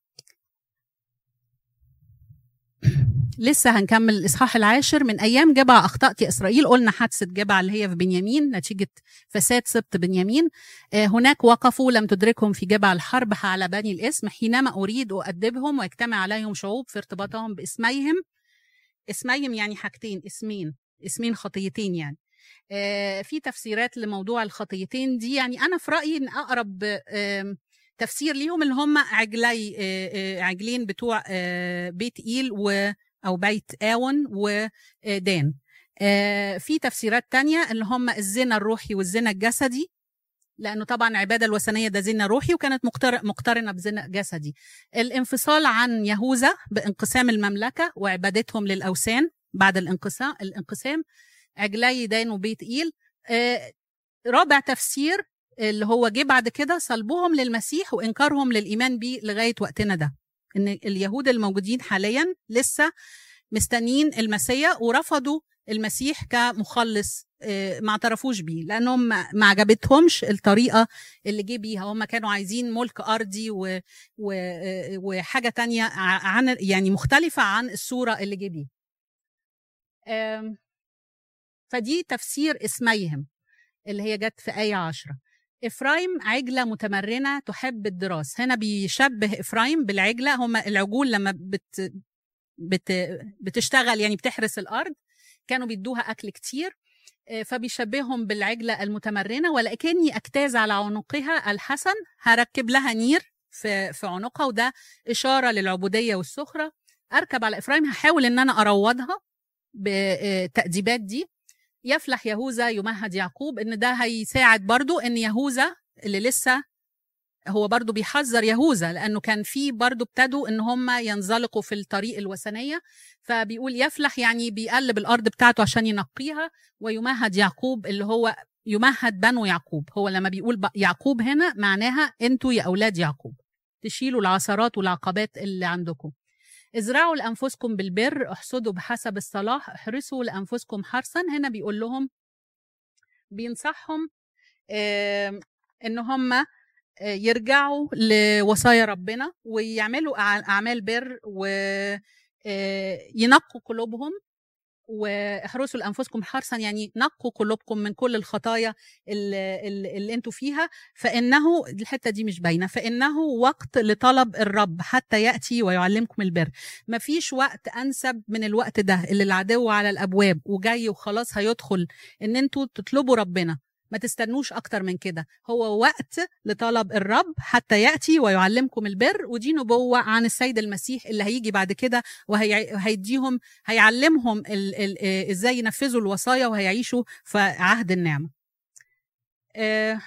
لسه هنكمل الإصحاح العاشر. من أيام جبع أخطأت يا إسرائيل. قلنا حادثة جبع اللي هي في بنيامين نتيجة فساد سبط بنيامين. هناك وقفوا لم تدركهم في جبع الحرب على بني الإسم، حينما أريد أؤدبهم ويجتمع عليهم شعوب في ارتباطهم باسميهم. اسميهم يعني حاجتين، اسمين اسمين خطيتين يعني. في تفسيرات لموضوع الخطيتين دي، يعني أنا في رأيي إن أقرب تفسير ليهم اللي هم عجلي عجلين بتوع بيت إيل و أو بيت آون ودان. في تفسيرات تانية اللي هم الزنا الروحي والزنا الجسدي، لأنه طبعا عبادة الوثنية ده زنا روحي وكانت مقترنة بزنا جسدي. الانفصال عن يهوذا بانقسام المملكة وعبادتهم للأوثان بعد الانقسام الانقسام عجلي دان وبيت إيل. رابع تفسير اللي هو جه بعد كده صلبوهم للمسيح وإنكارهم للإيمان به لغاية وقتنا ده، إن اليهود الموجودين حاليا لسه مستنين المسيح ورفضوا المسيح كمخلص، ما اعترفوش بيه لأنهم ما عجبتهمش الطريقة اللي جه بيها. هم كانوا عايزين ملك أرضي و... و... وحاجة تانية عن يعني مختلفة عن الصورة اللي جه بيها. فدي تفسير اسميهم اللي هي جت في آية عشرة. إفرايم عجلة متمرنة تحب الدراس. هنا بيشبه إفرايم بالعجلة. هم العجول لما بت بت بتشتغل يعني بتحرس الأرض كانوا بيدوها أكل كتير، فبيشبههم بالعجلة المتمرنة. ولكني أجتاز على عنقها الحسن، هركب لها نير في في عنقها، وده إشارة للعبودية والسخرة. أركب على إفرايم، هحاول إن أنا أروضها بالتأديبات دي. يفلح يهوذا يمهد يعقوب، ان ده هيساعد برضو ان يهوذا اللي لسه هو برضو بيحذر يهوذا، لانه كان في برضو ابتدوا ان هم ينزلقوا في الطريق الوثنية. فبيقول يفلح يعني بيقلب الارض بتاعته عشان ينقيها، ويمهد يعقوب اللي هو يمهد بنو يعقوب. هو لما بيقول يعقوب هنا معناها انتوا يا اولاد يعقوب تشيلوا العثرات والعقبات اللي عندكم. ازرعوا لأنفسكم بالبر، احصدوا بحسب الصلاح، احرسوا لأنفسكم حرسا. هنا بيقول لهم بينصحهم اه ان هم يرجعوا لوصايا ربنا ويعملوا أعمال بر وينقوا قلوبهم واحرسوا لانفسكم حرصا، يعني نقوا قلوبكم من كل الخطايا اللي, اللي انتوا فيها، فانه الحته دي مش باينه، فانه وقت لطلب الرب حتى ياتي ويعلمكم البر. مفيش وقت انسب من الوقت ده اللي العدو على الابواب وجاي وخلاص هيدخل، ان انتوا تطلبوا ربنا. ما تستنوش اكتر من كده، هو وقت لطلب الرب حتى ياتي ويعلمكم البر. ودي نبوه عن السيد المسيح اللي هيجي بعد كده وهيديهم هيعلمهم ال ال ازاي ينفذوا الوصايا وهيعيشوا في عهد النعمه. آه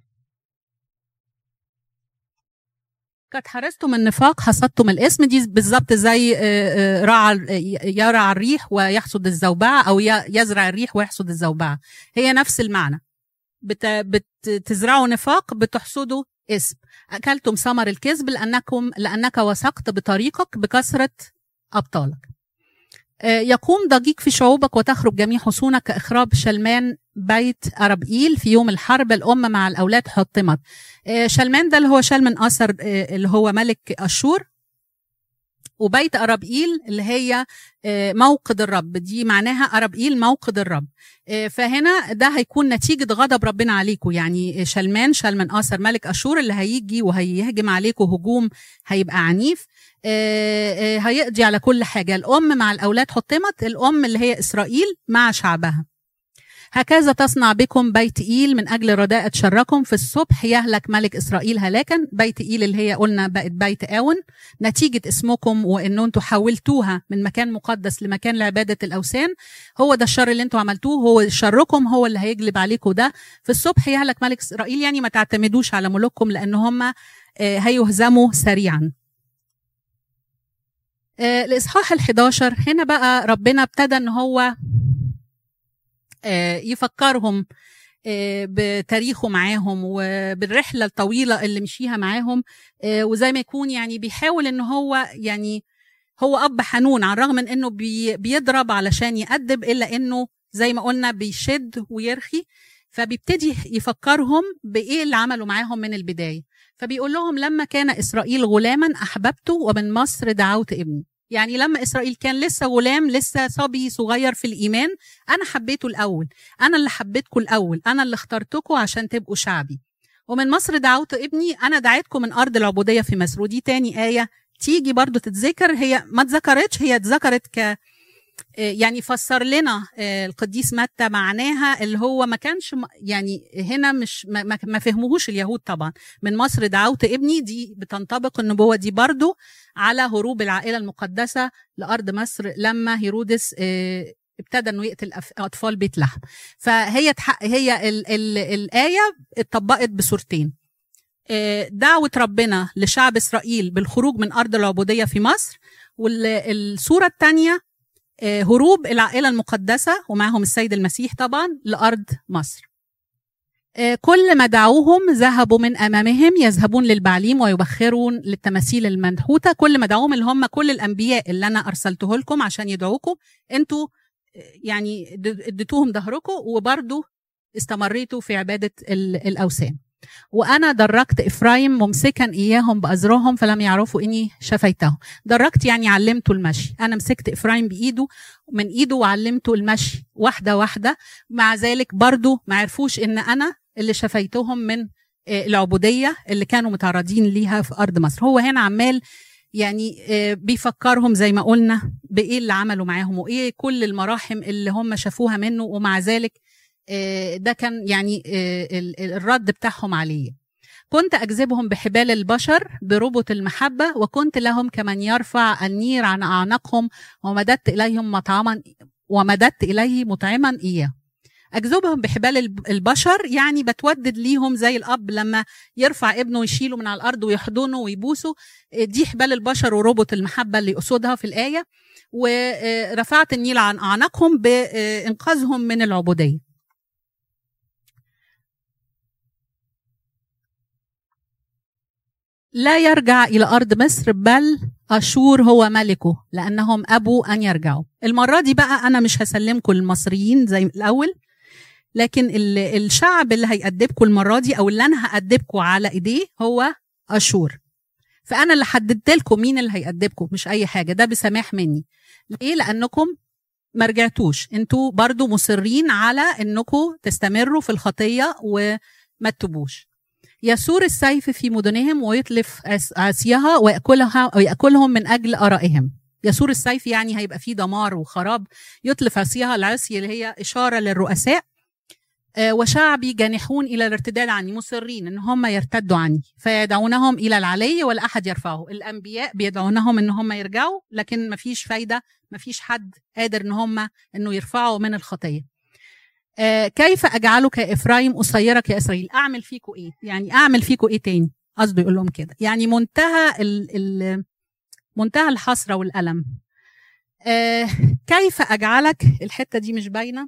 قد حرستم النفاق حصدتم الاسم. دي بالظبط زي رعى يرعى الريح ويحصد الزوبعه، او يزرع الريح ويحصد الزوبعه، هي نفس المعنى. بتزرعوا نفاق بتحصدوا اسم. أكلتم ثمر الكذب لأنكم لأنك وثقت بطريقك بكثرة أبطالك. يقوم ضجيج في شعوبك وتخرب جميع حصونك كإخراب شلمان بيت أربئيل في يوم الحرب. الأم مع الأولاد حطمت. شلمان ده اللي هو شلمن آثر اللي هو ملك أشور، وبيت أربئيل اللي هي موقد الرب، دي معناها أربئيل موقد الرب. فهنا ده هيكون نتيجة غضب ربنا عليكم. يعني شلمان شلمن آثر ملك أشور اللي هيجي وهيهجم عليكم هجوم هيبقى عنيف، هيقضي على كل حاجة. الأم مع الأولاد حطمت، الأم اللي هي إسرائيل مع شعبها. هكذا تصنع بكم بيت إيل من أجل رداءة شركم. في الصبح يهلك ملك إسرائيل هلاكا. بيت إيل اللي هي قلنا بقت بيت آون نتيجة اسمكم، وإنه انتوا حولتوها من مكان مقدس لمكان لعبادة الأوثان. هو ده الشر اللي انتوا عملتوه، هو شركم هو اللي هيجلب عليكم ده. في الصبح يهلك ملك إسرائيل، يعني ما تعتمدوش على ملوككم لأن هم هيهزموا سريعا. الإصحاح الحداشر هنا بقى ربنا ابتدى ان هو يفكرهم بتاريخه معاهم وبالرحلة الطويلة اللي مشيها معاهم، وزي ما يكون يعني بيحاول ان هو يعني هو أب حنون، على الرغم من انه بيضرب علشان يأدب، إلا انه زي ما قلنا بيشد ويرخي. فبيبتدي يفكرهم بإيه اللي عملوا معاهم من البداية. فبيقول لهم لما كان إسرائيل غلاما أحببته ومن مصر دعوت ابني. يعني لما إسرائيل كان لسه غلام، لسه صبي صغير في الإيمان، أنا حبيته الأول، أنا اللي حبيتكم الأول، أنا اللي اخترتكم عشان تبقوا شعبي. ومن مصر دعوت ابني، أنا دعيتكم من أرض العبودية في مصر. ودي تاني آية تيجي برضو تتذكر، هي ما تذكرتش، هي اتذكرت ك يعني فسر لنا القديس متى معناها اللي هو ما كانش يعني هنا مش ما, ما فهموهوش اليهود طبعا. من مصر دعوت ابني دي بتنطبق النبوة دي برضو على هروب العائلة المقدسة لأرض مصر لما هيرودس ابتدى انه يقتل اطفال بيت لحم. فهي هي ال ال الآية اتطبقت بصورتين: دعوة ربنا لشعب إسرائيل بالخروج من أرض العبودية في مصر، والصورة الثانية هروب العائلة المقدسة ومعهم السيد المسيح طبعا لأرض مصر. كل ما دعوهم ذهبوا من أمامهم يذهبون للبعليم ويبخرون للتماثيل المنحوتة. كل ما دعوهم اللي هم كل الأنبياء اللي أنا أرسلته لكم عشان يدعوكم، أنتوا يعني اديتوهم ظهركم وبرضو استمريتوا في عبادة الأوثان. وأنا دركت إفرايم ممسكا إياهم بأزرهم فلم يعرفوا إني شفيتهم. دركت يعني علمته المشي، أنا مسكت إفرايم بإيده من إيده وعلمته المشي واحدة واحدة. مع ذلك برضو ما عرفوش إن أنا اللي شفيتهم من العبودية اللي كانوا متعرضين ليها في أرض مصر. هو هنا عمال يعني بيفكرهم زي ما قلنا بإيه اللي عملوا معاهم وإيه كل المراحم اللي هم شافوها منه، ومع ذلك ده كان يعني الرد بتاعهم عليه. كنت أجذبهم بحبال البشر بربط المحبة، وكنت لهم كمن يرفع النير عن أعناقهم، ومددت إليهم مطعما ومددت إليه مطعما إياه. أجذبهم بحبال البشر يعني بتودد ليهم زي الأب لما يرفع ابنه ويشيله من على الأرض ويحضنه ويبوسه. دي حبال البشر وربط المحبة اللي يقصدها في الآية. ورفعت النيل عن أعناقهم بإنقاذهم من العبودية. لا يرجع إلى أرض مصر بل أشور هو ملكه لأنهم أبوا أن يرجعوا. المرة دي بقى أنا مش هسلمكم المصريين زي الأول، لكن الشعب اللي هيأدبكم المرة دي أو اللي أنا هأدبكم على إيديه هو أشور. فأنا اللي حددت لكم مين اللي هيأدبكم، مش أي حاجة، ده بسماح مني. ليه؟ لأنكم ما رجعتوش، انتوا برضو مصرين على انكم تستمروا في الخطيه وما تتوبوش. يسور السيف في مدنهم ويتلف عصيها ويأكلها ويأكلهم من أجل آرائهم. يسور السيف يعني هيبقى فيه دمار وخراب. يتلف عصيها، العصي اللي هي إشارة للرؤساء. آه وشعبي جانحون إلى الارتداد عني، مصرين إن هم يرتدوا عني، فيدعونهم إلى العلي ولا أحد يرفعه. الأنبياء بيدعونهم إن هم يرجعوا، لكن مفيش فايدة، مفيش حد قادر إن هم إنه يرفعوا من الخطية. آه كيف أجعلك يا إفرايم أصيرك يا إسرائيل؟ أعمل فيكوا إيه؟ يعني أعمل فيكوا إيه تاني؟ قصده يقول لهم كده، يعني منتهى ال ال منتهى الحسرة والألم. آه كيف أجعلك، الحتة دي مش باينة،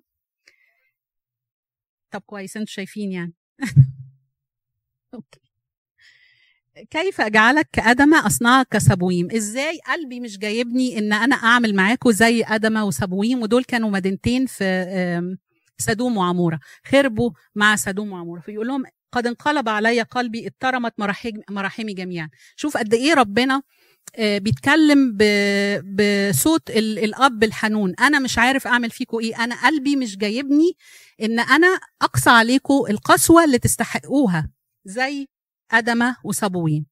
طب كويس انتوا شايفين يعني. أوكي. كيف أجعلك كأدمة أصنعك كسبويم؟ إزاي قلبي مش جايبني إن أنا أعمل معاكوا زي أدمة وسبويم، ودول كانوا مدينتين في سدوم وعمورة، خربوا مع سدوم وعمورة. فيقول لهم قد انقلب علي قلبي، اترمت مراحمي جميعا. شوف قد إيه ربنا بيتكلم بصوت الأب الحنون. أنا مش عارف أعمل فيكوا إيه، أنا قلبي مش جايبني إن أنا أقصى عليكوا القسوة اللي تستحقوها زي أدمة وسبويم.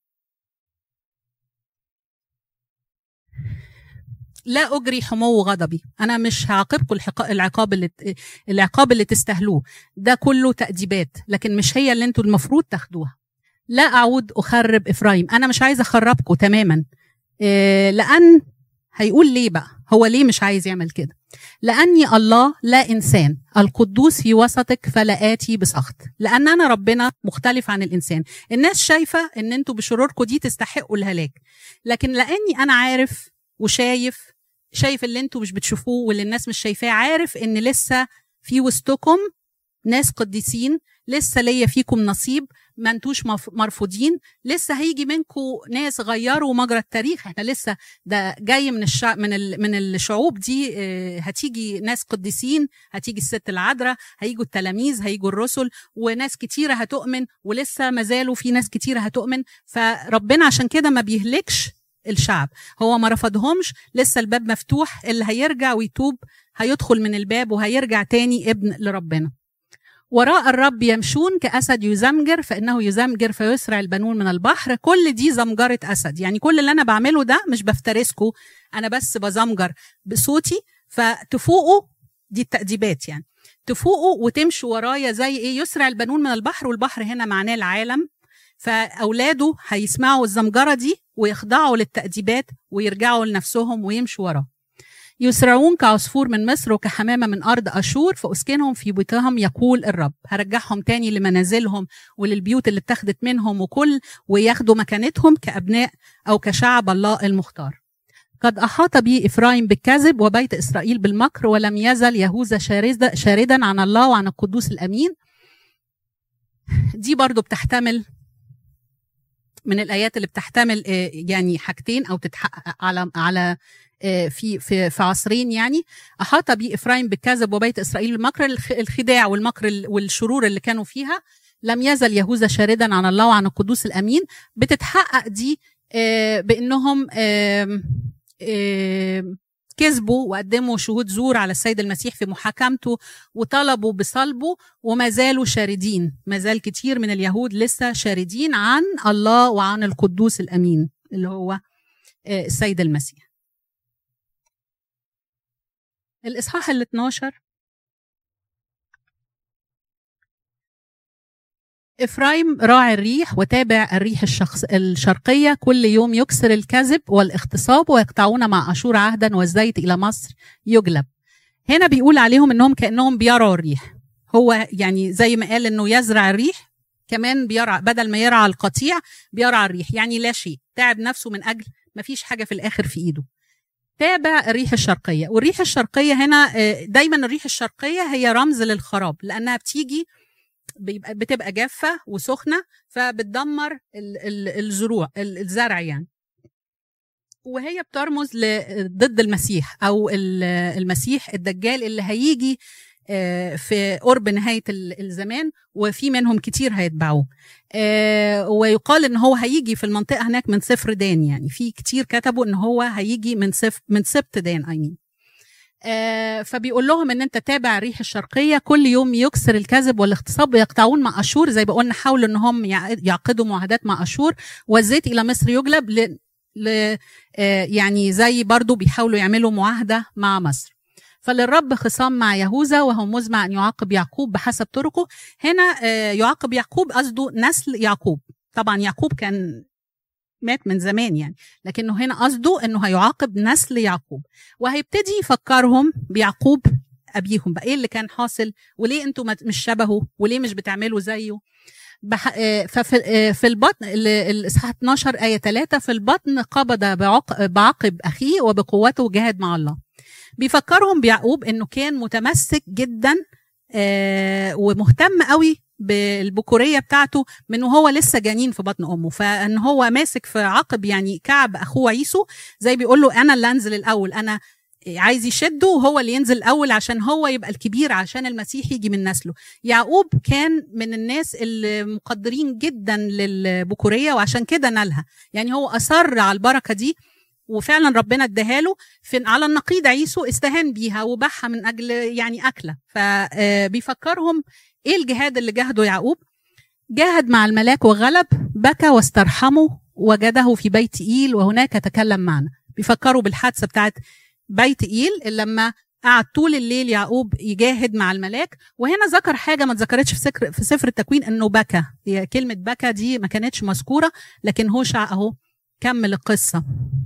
لا أجري حمو غضبي، أنا مش هعاقبكم العقاب اللي العقاب اللي تستاهلوه، ده كله تأديبات، لكن مش هي اللي انتوا المفروض تاخدوها. لا أعود أخرب إفرايم، أنا مش عايزة أخربكم تماما. إيه لأن هيقول ليه بقى، هو ليه مش عايز يعمل كده؟ لأني الله لا إنسان، القدوس في وسطك فلا آتي بسخط. لأن أنا ربنا مختلف عن الإنسان. الناس شايفة إن انتوا بشروركم دي تستحقوا الهلاك، لكن لأني أنا عارف وشايف شايف اللي انتوا مش بتشوفوه واللي الناس مش شايفاه، عارف ان لسه في وسطكم ناس قديسين، لسه ليا فيكم نصيب، ما انتوش مرفوضين، لسه هيجي منكم ناس غيروا مجرى التاريخ. احنا لسه ده جاي من الشع... من ال... من الشعوب دي، هتيجي ناس قديسين، هتيجي الست العذراء، هيجوا التلاميذ، هيجوا الرسل، وناس كتيره هتؤمن، ولسه ما زالوا في ناس كتيره هتؤمن. فربنا عشان كده ما بيهلكش الشعب، هو ما رفضهمش، لسه الباب مفتوح، اللي هيرجع ويتوب هيدخل من الباب وهيرجع تاني ابن لربنا. وراء الرب يمشون كأسد يزمجر، فإنه يزمجر فيسرع البنون من البحر. كل دي زمجرة أسد، يعني كل اللي أنا بعمله ده مش بفترسكوا، أنا بس بزمجر بصوتي، فتفوقوا، دي التأديبات يعني، تفوقوا وتمشوا ورايا زي إيه؟ يسرع البنون من البحر، والبحر هنا معناه العالم، فأولاده هيسمعوا الزمجرة دي ويخضعوا للتأديبات ويرجعوا لنفسهم ويمشوا وراه. يسرعون كعصفور من مصر وكحمامة من أرض أشور، فأسكنهم في بيوتهم يقول الرب. هرجعهم تاني لمنازلهم وللبيوت اللي اتخذت منهم وكل وياخدوا مكانتهم كأبناء أو كشعب الله المختار. قد أحاط بي إفرايم بالكذب وبيت إسرائيل بالمكر، ولم يزل يهوذا شاردا, شاردا عن الله وعن القدوس الأمين. دي برضو بتحتمل من الآيات اللي بتحتمل يعني حاجتين أو تتحقق على على في في في عصرين يعني. أحاط بي إفرايم بالكذب وبيت إسرائيل بالمكر، الخداع والمكر والشرور اللي كانوا فيها. لم يزل يهوذا شاردا عن الله وعن القدوس الأمين. بتتحقق دي بأنهم كذبوا وقدموا شهود زور على السيد المسيح في محاكمته وطلبوا بصلبه، وما زالوا شاردين، ما زال كتير من اليهود لسه شاردين عن الله وعن القدوس الأمين اللي هو السيد المسيح. الإصحاح الاثناشر. إفرايم راعي الريح وتابع الريح الشخص الشرقية، كل يوم يكسر الكذب والاغتصاب، ويقطعون مع أشور عهدا، والزيت إلى مصر يجلب. هنا بيقول عليهم إنهم كأنهم بيرعوا الريح. هو يعني زي ما قال إنه يزرع الريح، كمان بيرعى، بدل ما يرعى القطيع بيرعى الريح، يعني لا شيء، تعب نفسه من أجل ما فيش حاجة في الآخر في إيده. تابع الريح الشرقية. والريح الشرقية هنا دايما الريح الشرقية هي رمز للخراب، لأنها بتيجي بتبقى جافة وسخنة، فبتدمر الزروع الزرع يعني، وهي بترمز ضد المسيح أو المسيح الدجال اللي هيجي في قرب نهاية الزمان، وفي منهم كتير هيتبعوه. ويقال إن هو هيجي في المنطقة هناك من صفر دان، يعني في كتير كتبوا إن هو هيجي من صفر من سبت دان أيمين. آه فبيقول لهم ان انت تابع الريح الشرقيه، كل يوم يكسر الكذب والاغتصاب ويقطعون مع اشور، زي ما قلنا حاولوا ان هم يعقدوا معاهدات مع اشور، والزيت الى مصر يجلب ل... ل... آه يعني زي برضو بيحاولوا يعملوا معاهده مع مصر. فللرب خصام مع يهوذا وهو مزمع ان يعاقب يعقوب بحسب طرقه. هنا آه يعاقب يعقوب قصده نسل يعقوب، طبعا يعقوب كان مات من زمان يعني، لكنه هنا قصده انه هيعاقب نسل يعقوب، وهيبتدي يفكرهم بيعقوب ابيهم بقى ايه اللي كان حاصل، وليه انتم مش شبهه، وليه مش بتعملوا زيه. بح... ففي في البطن الاصحاح اتناشر آية ثلاثة، في البطن قبض بعق... بعقب اخيه وبقوته جاهد مع الله. بيفكرهم بيعقوب انه كان متمسك جدا آه ومهتم قوي بالبكوريه بتاعته من وهو لسه جنين في بطن امه، فان هو ماسك في عقب يعني كعب اخوه عيسو، زي بيقول له انا اللي انزل الاول، انا عايز يشده وهو اللي ينزل الاول عشان هو يبقى الكبير، عشان المسيح يجي من نسله. يعقوب كان من الناس المقدرين جدا للبكوريه وعشان كده نالها، يعني هو اصر على البركه دي وفعلا ربنا اداها له. على النقيض عيسو استهان بيها وباعها من اجل يعني اكله. فبيفكرهم ايه الجهاد اللي جاهده يعقوب. جاهد مع الملاك وغلب، بكى واسترحمه، وجده في بيت إيل وهناك تكلم معنا. بيفكروا بالحادثه بتاعت بيت إيل لما قعد طول الليل يعقوب يجاهد مع الملاك. وهنا ذكر حاجه ما اتذكرتش في سفر في سفر التكوين، انه بكى. هي كلمه بكى دي ما كانتش مذكوره، لكن هوشع اهو كمل القصه.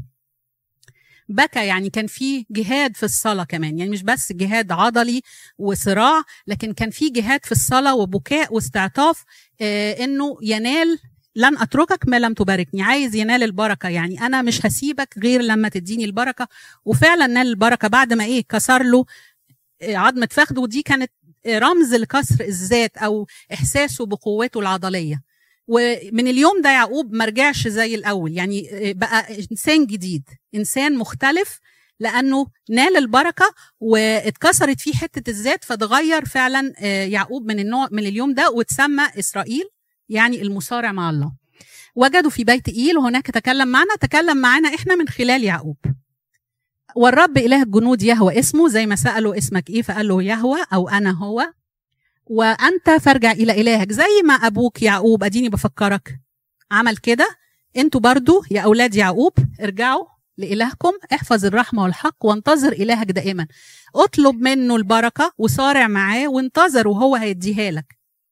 بكى يعني كان في جهاد في الصلاة كمان، يعني مش بس جهاد عضلي وصراع، لكن كان في جهاد في الصلاة وبكاء واستعطاف، آه انه ينال لن اتركك ما لم تباركني، عايز ينال البركة، يعني انا مش هسيبك غير لما تديني البركة. وفعلا نال البركة بعد ما ايه كسر له آه عظمة فخذه، ودي كانت آه رمز لكسر الذات او احساسه بقوته العضلية. ومن اليوم ده يعقوب ما رجعش زي الاول، يعني بقى انسان جديد، انسان مختلف، لانه نال البركه واتكسرت فيه حته الذات، فتغير فعلا يعقوب من النوع من اليوم ده وتسمى اسرائيل، يعني المصارع مع الله. وجدوا في بيت إيل وهناك تكلم معنا، تكلم معنا احنا من خلال يعقوب. والرب اله الجنود يهوى اسمه، زي ما سالوا اسمك ايه فقال له يهوى او انا هو، وأنت فارجع إلى إلهك. زي ما أبوك يعقوب أديني بفكرك عمل كده، أنتوا برضو يا أولاد يعقوب ارجعوا لإلهكم، احفظ الرحمة والحق وانتظر إلهك دائما، اطلب منه البركة وصارع معاه وانتظر وهو هيديها لك.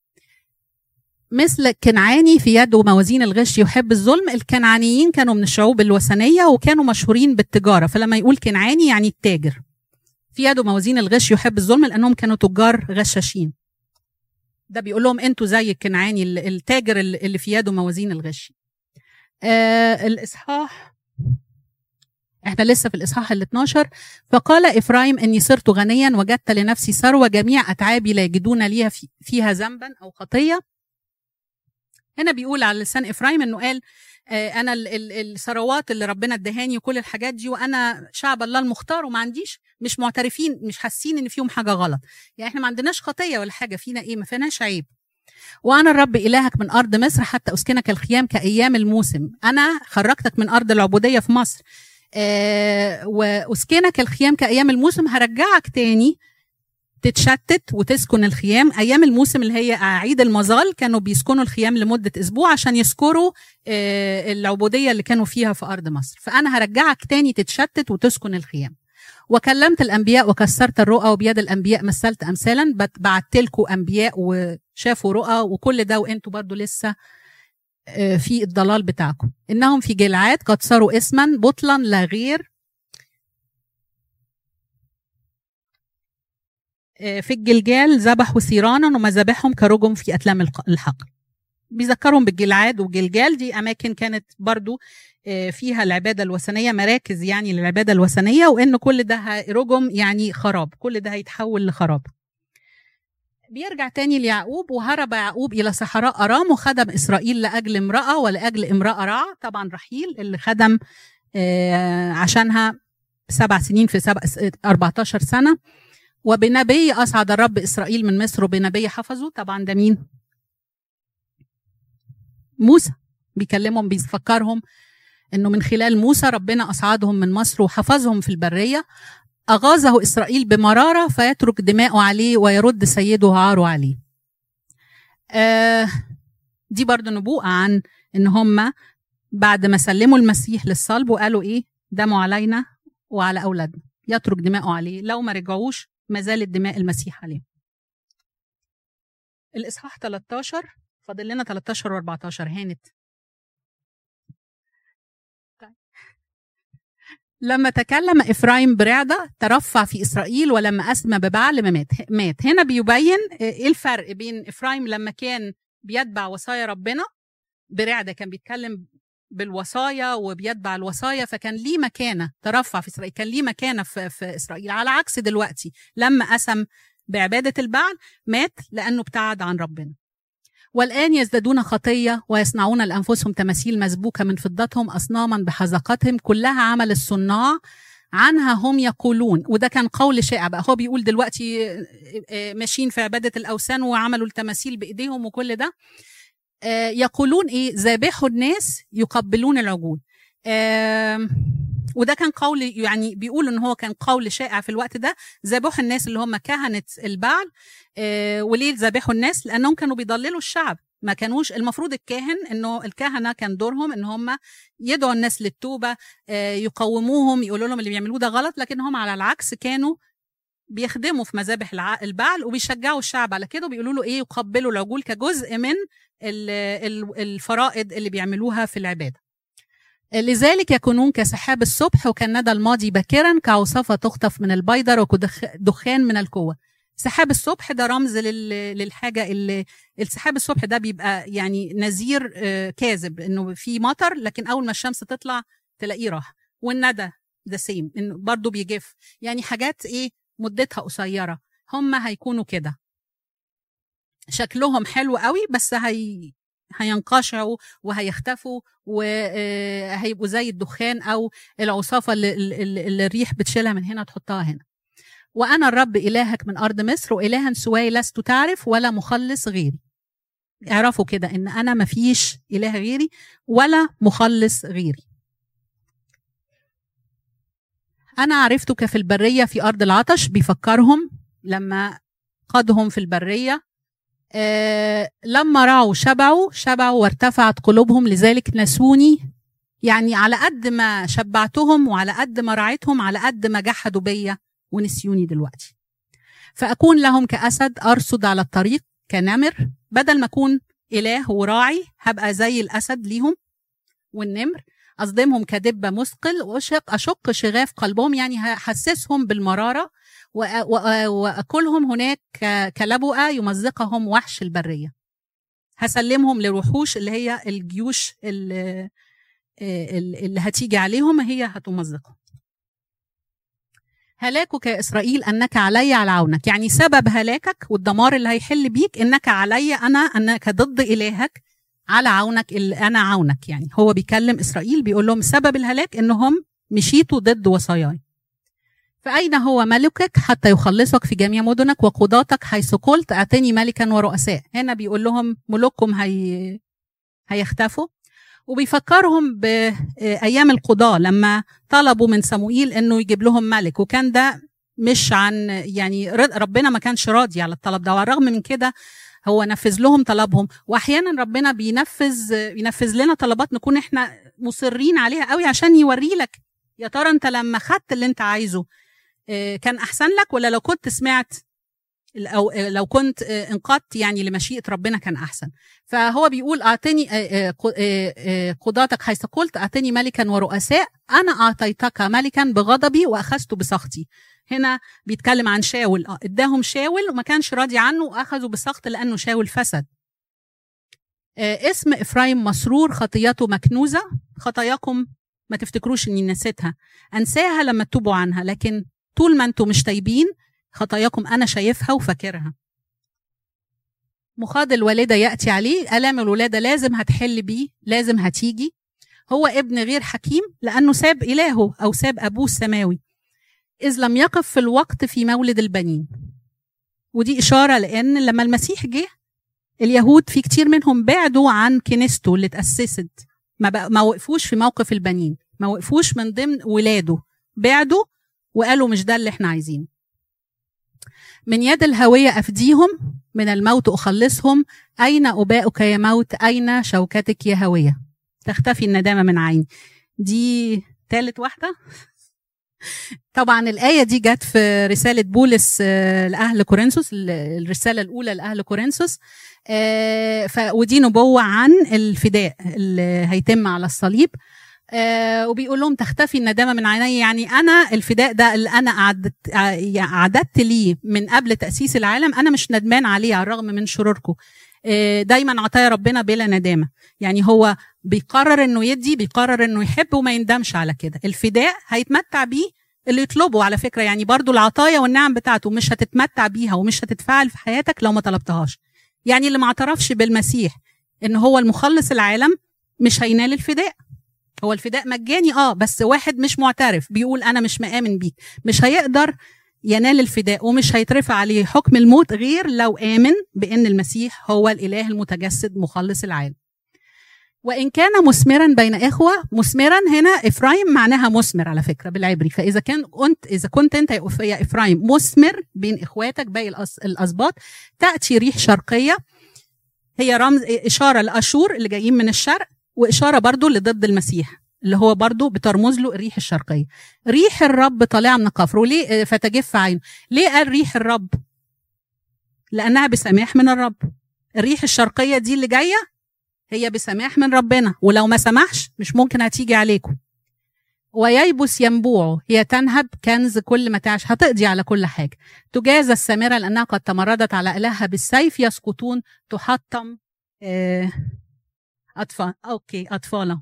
مثل كنعاني في يده موازين الغش يحب الظلم. الكنعانيين كانوا من الشعوب الوثنية وكانوا مشهورين بالتجارة، فلما يقول كنعاني يعني التاجر. في يده موازين الغش يحب الظلم لأنهم كانوا تجار غشاشين. ده بيقول لهم انتوا زي الكنعاني التاجر اللي في يده موازين الغش. آه الاصحاح احنا لسه في الاصحاح ال اتناشر. فقال افرايم اني صرت غنيا وجدت لنفسي ثروه، جميع اتعابي لا يجدون لي في فيها ذنبا او خطيه. هنا بيقول على لسان افرايم انه قال آه انا الثروات اللي ربنا ادهاني وكل الحاجات دي، وانا شعب الله المختار وما عنديش، مش معترفين، مش حاسين ان فيهم حاجه غلط، يعني احنا ما عندناش خطيه ولا حاجه، فينا ايه؟ ما فيناش عيب. وانا الرب الهك من ارض مصر حتى اسكنك الخيام كايام الموسم. انا خرجتك من ارض العبوديه في مصر آه واسكنك الخيام كايام الموسم، هرجعك تاني تتشتت وتسكن الخيام. ايام الموسم اللي هي عيد المظال كانوا بيسكنوا الخيام لمده اسبوع عشان يذكروا آه العبوديه اللي كانوا فيها في ارض مصر. فانا هرجعك تاني تتشتت وتسكن الخيام. وكلمت الانبياء وكسرت الرؤى، وبيد الانبياء مثلت امثالا. بعت لكم انبياء وشافوا رؤى وكل ده، وانتوا برضو لسه في الضلال بتاعكم. انهم في جلعاد قد صاروا اسما بطلا لا غير. في الجلجال ذبحوا ثيرانا ومذابحهم كرجم في اتلام الحقل. بيذكرهم بالجلعاد وجلجال، دي اماكن كانت برضو فيها العبادة الوثنية، مراكز يعني للعبادة الوثنية، وإن كل ده رجم يعني خراب، كل ده هيتحول لخراب. بيرجع تاني ليعقوب. وهرب يعقوب إلى صحراء أرام وخدم إسرائيل لأجل امرأة ولأجل امرأة رع، طبعا رحيل اللي خدم عشانها سبع سنين في سبع أربعتاشر سنة. وبنبي أصعد الرب إسرائيل من مصر، وبنبي حفظه، طبعا ده مين؟ موسى. بيكلمهم بيفكرهم انه من خلال موسى ربنا اصعدهم من مصر وحفظهم في البريه. أغاظه إسرائيل بمرارة فيترك دماءه عليه ويرد سيده عاره عليه. آه دي برضو نبوءة عن إن هم بعد ما سلموا المسيح للصلب وقالوا إيه دموا علينا وعلى أولادنا، يترك دماءه عليه، لو ما رجعوش ما زالت دماء المسيح عليه. الإصحاح ثلاثة عشر فاضل لنا ثلاثة عشر وأربعة عشر. هانت لما تكلم إفرايم برعدة ترفع في إسرائيل، ولما أسمى ببعل ما مات. مات هنا بيبين إيه الفرق بين إفرايم لما كان بيتبع وصايا ربنا برعدة، كان بيتكلم بالوصايا وبيتبع الوصايا، فكان ليه مكانة ترفع في إسرائيل، كان ليه مكانة في, في إسرائيل. على عكس دلوقتي لما أسم بعبادة البعل مات لأنه ابتعد عن ربنا. والآن يزدادون خطية ويصنعون لأنفسهم تماثيل مسبوكة من فضتهم أصناما بحذقتهم، كلها عمل الصناع عنها هم يقولون. وده كان قول شائع بقى، هو بيقول دلوقتي ماشيين في عبادة الأوثان وعملوا التماثيل بإيديهم وكل ده. يقولون إيه؟ ذابحوا الناس يقبلون العجول. وده كان قول، يعني بيقولوا ان هو كان قول شائع في الوقت ده، ذبحوا الناس اللي هم كهنة البعل. آه وليه ذبحوا الناس؟ لانهم كانوا بيضللوا الشعب، ما كانوش المفروض الكاهن انه الكهنة كان دورهم ان هم يدعوا الناس للتوبة، آه يقوموهم، يقولوا لهم اللي بيعملوه ده غلط، لكن هم على العكس كانوا بيخدموا في مذابح البعل وبيشجعوا الشعب على كده، وبيقولوا له ايه؟ يقبلوا العجول كجزء من الفرائض اللي بيعملوها في العبادة. لذلك يكونون كسحاب الصبح وكالندى الماضي باكرا، كعصافة تخطف من البيدر وكدخان من الكوة. سحاب الصبح ده رمز للحاجة اللي السحاب الصبح ده بيبقى يعني نذير كاذب انه في مطر، لكن اول ما الشمس تطلع تلاقيه راح. والندى ده سيم انه برضو بيجف، يعني حاجات ايه مدتها قصيرة. هم هيكونوا كده شكلهم حلو قوي بس هي هينقشعوا وهيختفوا وهيبقوا زي الدخان أو العصافة اللي, اللي الريح بتشيلها من هنا تحطها هنا. وأنا الرب إلهك من أرض مصر، وإلها سواي لست تعرف ولا مخلص غيري. اعرفوا كده إن أنا مفيش إله غيري ولا مخلص غيري. أنا عرفتك في البرية في أرض العطش. بيفكرهم لما قادهم في البرية، آه لما رعوا شبعوا شبعوا وارتفعت قلوبهم، لذلك نسوني. يعني على قد ما شبعتهم وعلى قد ما رعيتهم على قد ما جحدوا بيا ونسيوني دلوقتي. فأكون لهم كأسد أرصد على الطريق كنمر. بدل ما أكون إله وراعي هبقى زي الأسد ليهم والنمر. أصدمهم كدبة مثقل وأشق أشق شغاف قلبهم، يعني هحسسهم بالمرارة. وأكلهم هناك كلبؤة يمزقهم وحش البرية. هسلمهم للوحوش اللي هي الجيوش اللي, اللي هتيجي عليهم، هي هتمزقهم. هلاكك يا إسرائيل أنك علي على عونك، يعني سبب هلاكك والدمار اللي هيحل بيك إنك علي أنا، أنك ضد إلهك على عونك اللي أنا عونك. يعني هو بيكلم إسرائيل بيقول لهم سبب الهلاك إنهم مشيتوا ضد وصاياي. فأين هو ملكك حتى يخلصك في جميع مدنك وقضاتك حيث قلت أعطني ملكا ورؤساء. هنا بيقول لهم ملوككم هي... هيختفوا. وبيفكرهم بأيام القضاء لما طلبوا من صموئيل إنه يجيب لهم ملك، وكان ده مش عن يعني ربنا ما كانش راضي على الطلب ده، وعلى الرغم من كده هو نفذ لهم طلبهم. وأحيانا ربنا بينفذ بينفذ لنا طلبات نكون إحنا مصرين عليها قوي عشان يوري لك يا ترى أنت لما خدت اللي أنت عايزه كان أحسن لك، ولا لو كنت سمعت أو لو كنت انقضت يعني لمشيئة ربنا كان أحسن. فهو بيقول أعطني قضاتك حيث قلت أعطني ملكا ورؤساء، أنا أعطيتك ملكا بغضبي وأخذت بسخطي. هنا بيتكلم عن شاول، اداهم شاول وما كانش راضي عنه وأخذوا بسخط لأنه شاول فسد. اسم إفرايم مسرور، خطيته مكنوزة. خطاياكم ما تفتكروش إني نسيتها، أنساها لما تتوبوا عنها، لكن طول ما أنتم مش تايبين خطاياكم أنا شايفها وفاكرها. مخاض الوالدة يأتي عليه، آلام الولادة لازم هتحل بيه، لازم هتيجي. هو ابن غير حكيم لأنه ساب إلهه أو ساب أبوه السماوي، إذ لم يقف في الوقت في مولد البنين. ودي إشارة لأن لما المسيح جه اليهود في كتير منهم بعدوا عن كنيسته اللي تأسست، ما, ما وقفوش في موقف البنين، ما وقفوش من ضمن ولاده، بعدوا وقالوا مش ده اللي احنا عايزينه. من يد الهوية أفديهم، من الموت أخلصهم، أين أباؤك يا موت، أين شوكتك يا هوية، تختفي الندامة من عيني. دي ثالث واحدة. طبعا الآية دي جت في رسالة بولس لأهل كورنثوس، الرسالة الأولى لأهل كورنثوس، ودي نبوة عن الفداء اللي هيتم على الصليب. وبيقول لهم تختفي الندامة من عيني، يعني أنا الفداء ده اللي أنا أعددت, أعددت ليه من قبل تأسيس العالم، أنا مش ندمان عليه على الرغم من شروركم. دايما عطايا ربنا بلا ندامة، يعني هو بيقرر انه يدي، بيقرر انه يحب وما يندمش على كده. الفداء هيتمتع بيه اللي يطلبه على فكرة، يعني برضو العطايا والنعم بتاعته مش هتتمتع بيها ومش هتتفعل في حياتك لو ما طلبتهاش. يعني اللي ما اعترفش بالمسيح ان هو المخلص العالم مش هينال الفداء. هو الفداء مجاني اه بس واحد مش معترف بيقول انا مش مآمن بيك مش هيقدر ينال الفداء، ومش هيترفع عليه حكم الموت غير لو آمن بأن المسيح هو الإله المتجسد مخلص العالم. وإن كان مثمرا بين إخوة، مثمرا هنا إفرايم معناها مثمر على فكرة بالعبري، فإذا كان كنت إذا كنت أنت يا إفرايم مثمر بين إخواتك باقي الأسباط، تأتي ريح شرقية، هي رمز إشارة لأشور اللي جايين من الشرق، وإشارة برضو لضد المسيح اللي هو برضو بترمز له الريح الشرقية. ريح الرب طالعة من قفره، ليه فتجف عينه؟ ليه قال ريح الرب؟ لأنها بسماح من الرب. الريح الشرقية دي اللي جاية هي بسماح من ربنا، ولو ما سمحش مش ممكن هتيجي عليكم. وييبس ينبوعه، هي تنهب كنز كل متاعش، هتقضي على كل حاجة. تجازى السامرة لأنها قد تمردت على إلهها، بالسيف يسقطون تحطم أطفال أوكي أطفالها.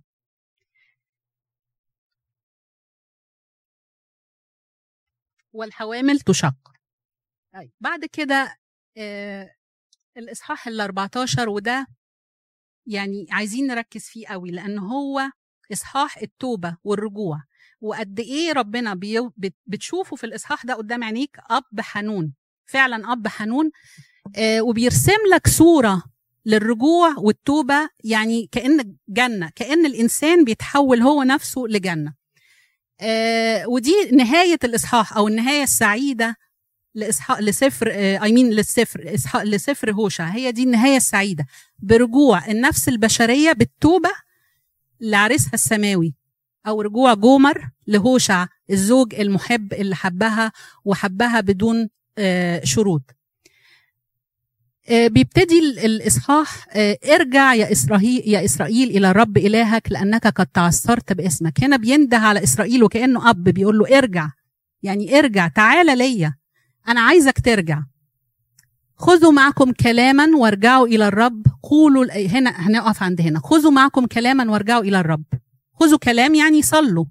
والحوامل تشق. بعد كده آه الإصحاح الأربعتاشر، وده يعني عايزين نركز فيه قوي لأن هو إصحاح التوبة والرجوع، وقد إيه ربنا بتشوفه في الإصحاح ده قدام عينيك أب حنون، فعلا أب حنون، آه وبيرسم لك صورة للرجوع والتوبة، يعني كأن جنة، كأن الإنسان بيتحول هو نفسه لجنة. آه ودي نهاية الإصحاح أو النهاية السعيدة لإصحاح لسفر اي مين للسفر إصحاح لسفر هوشع، هي دي النهاية السعيدة برجوع النفس البشرية بالتوبة لعريسها السماوي، أو رجوع جومر لهوشع الزوج المحب اللي حبها وحبها بدون آه شروط. آه بيبتدي الإصحاح آه ارجع يا إسرائيل يا إسرائيل إلى الرب إلهك لأنك قد تعثرت باسمك. هنا بينده على إسرائيل وكأنه أب بيقول له ارجع، يعني ارجع تعال ليا، أنا عايزك ترجع. خذوا معكم كلاما وارجعوا إلى الرب، قولوا، هنا هنقف عند هنا، خذوا معكم كلاما وارجعوا إلى الرب. خذوا كلام يعني صلوا،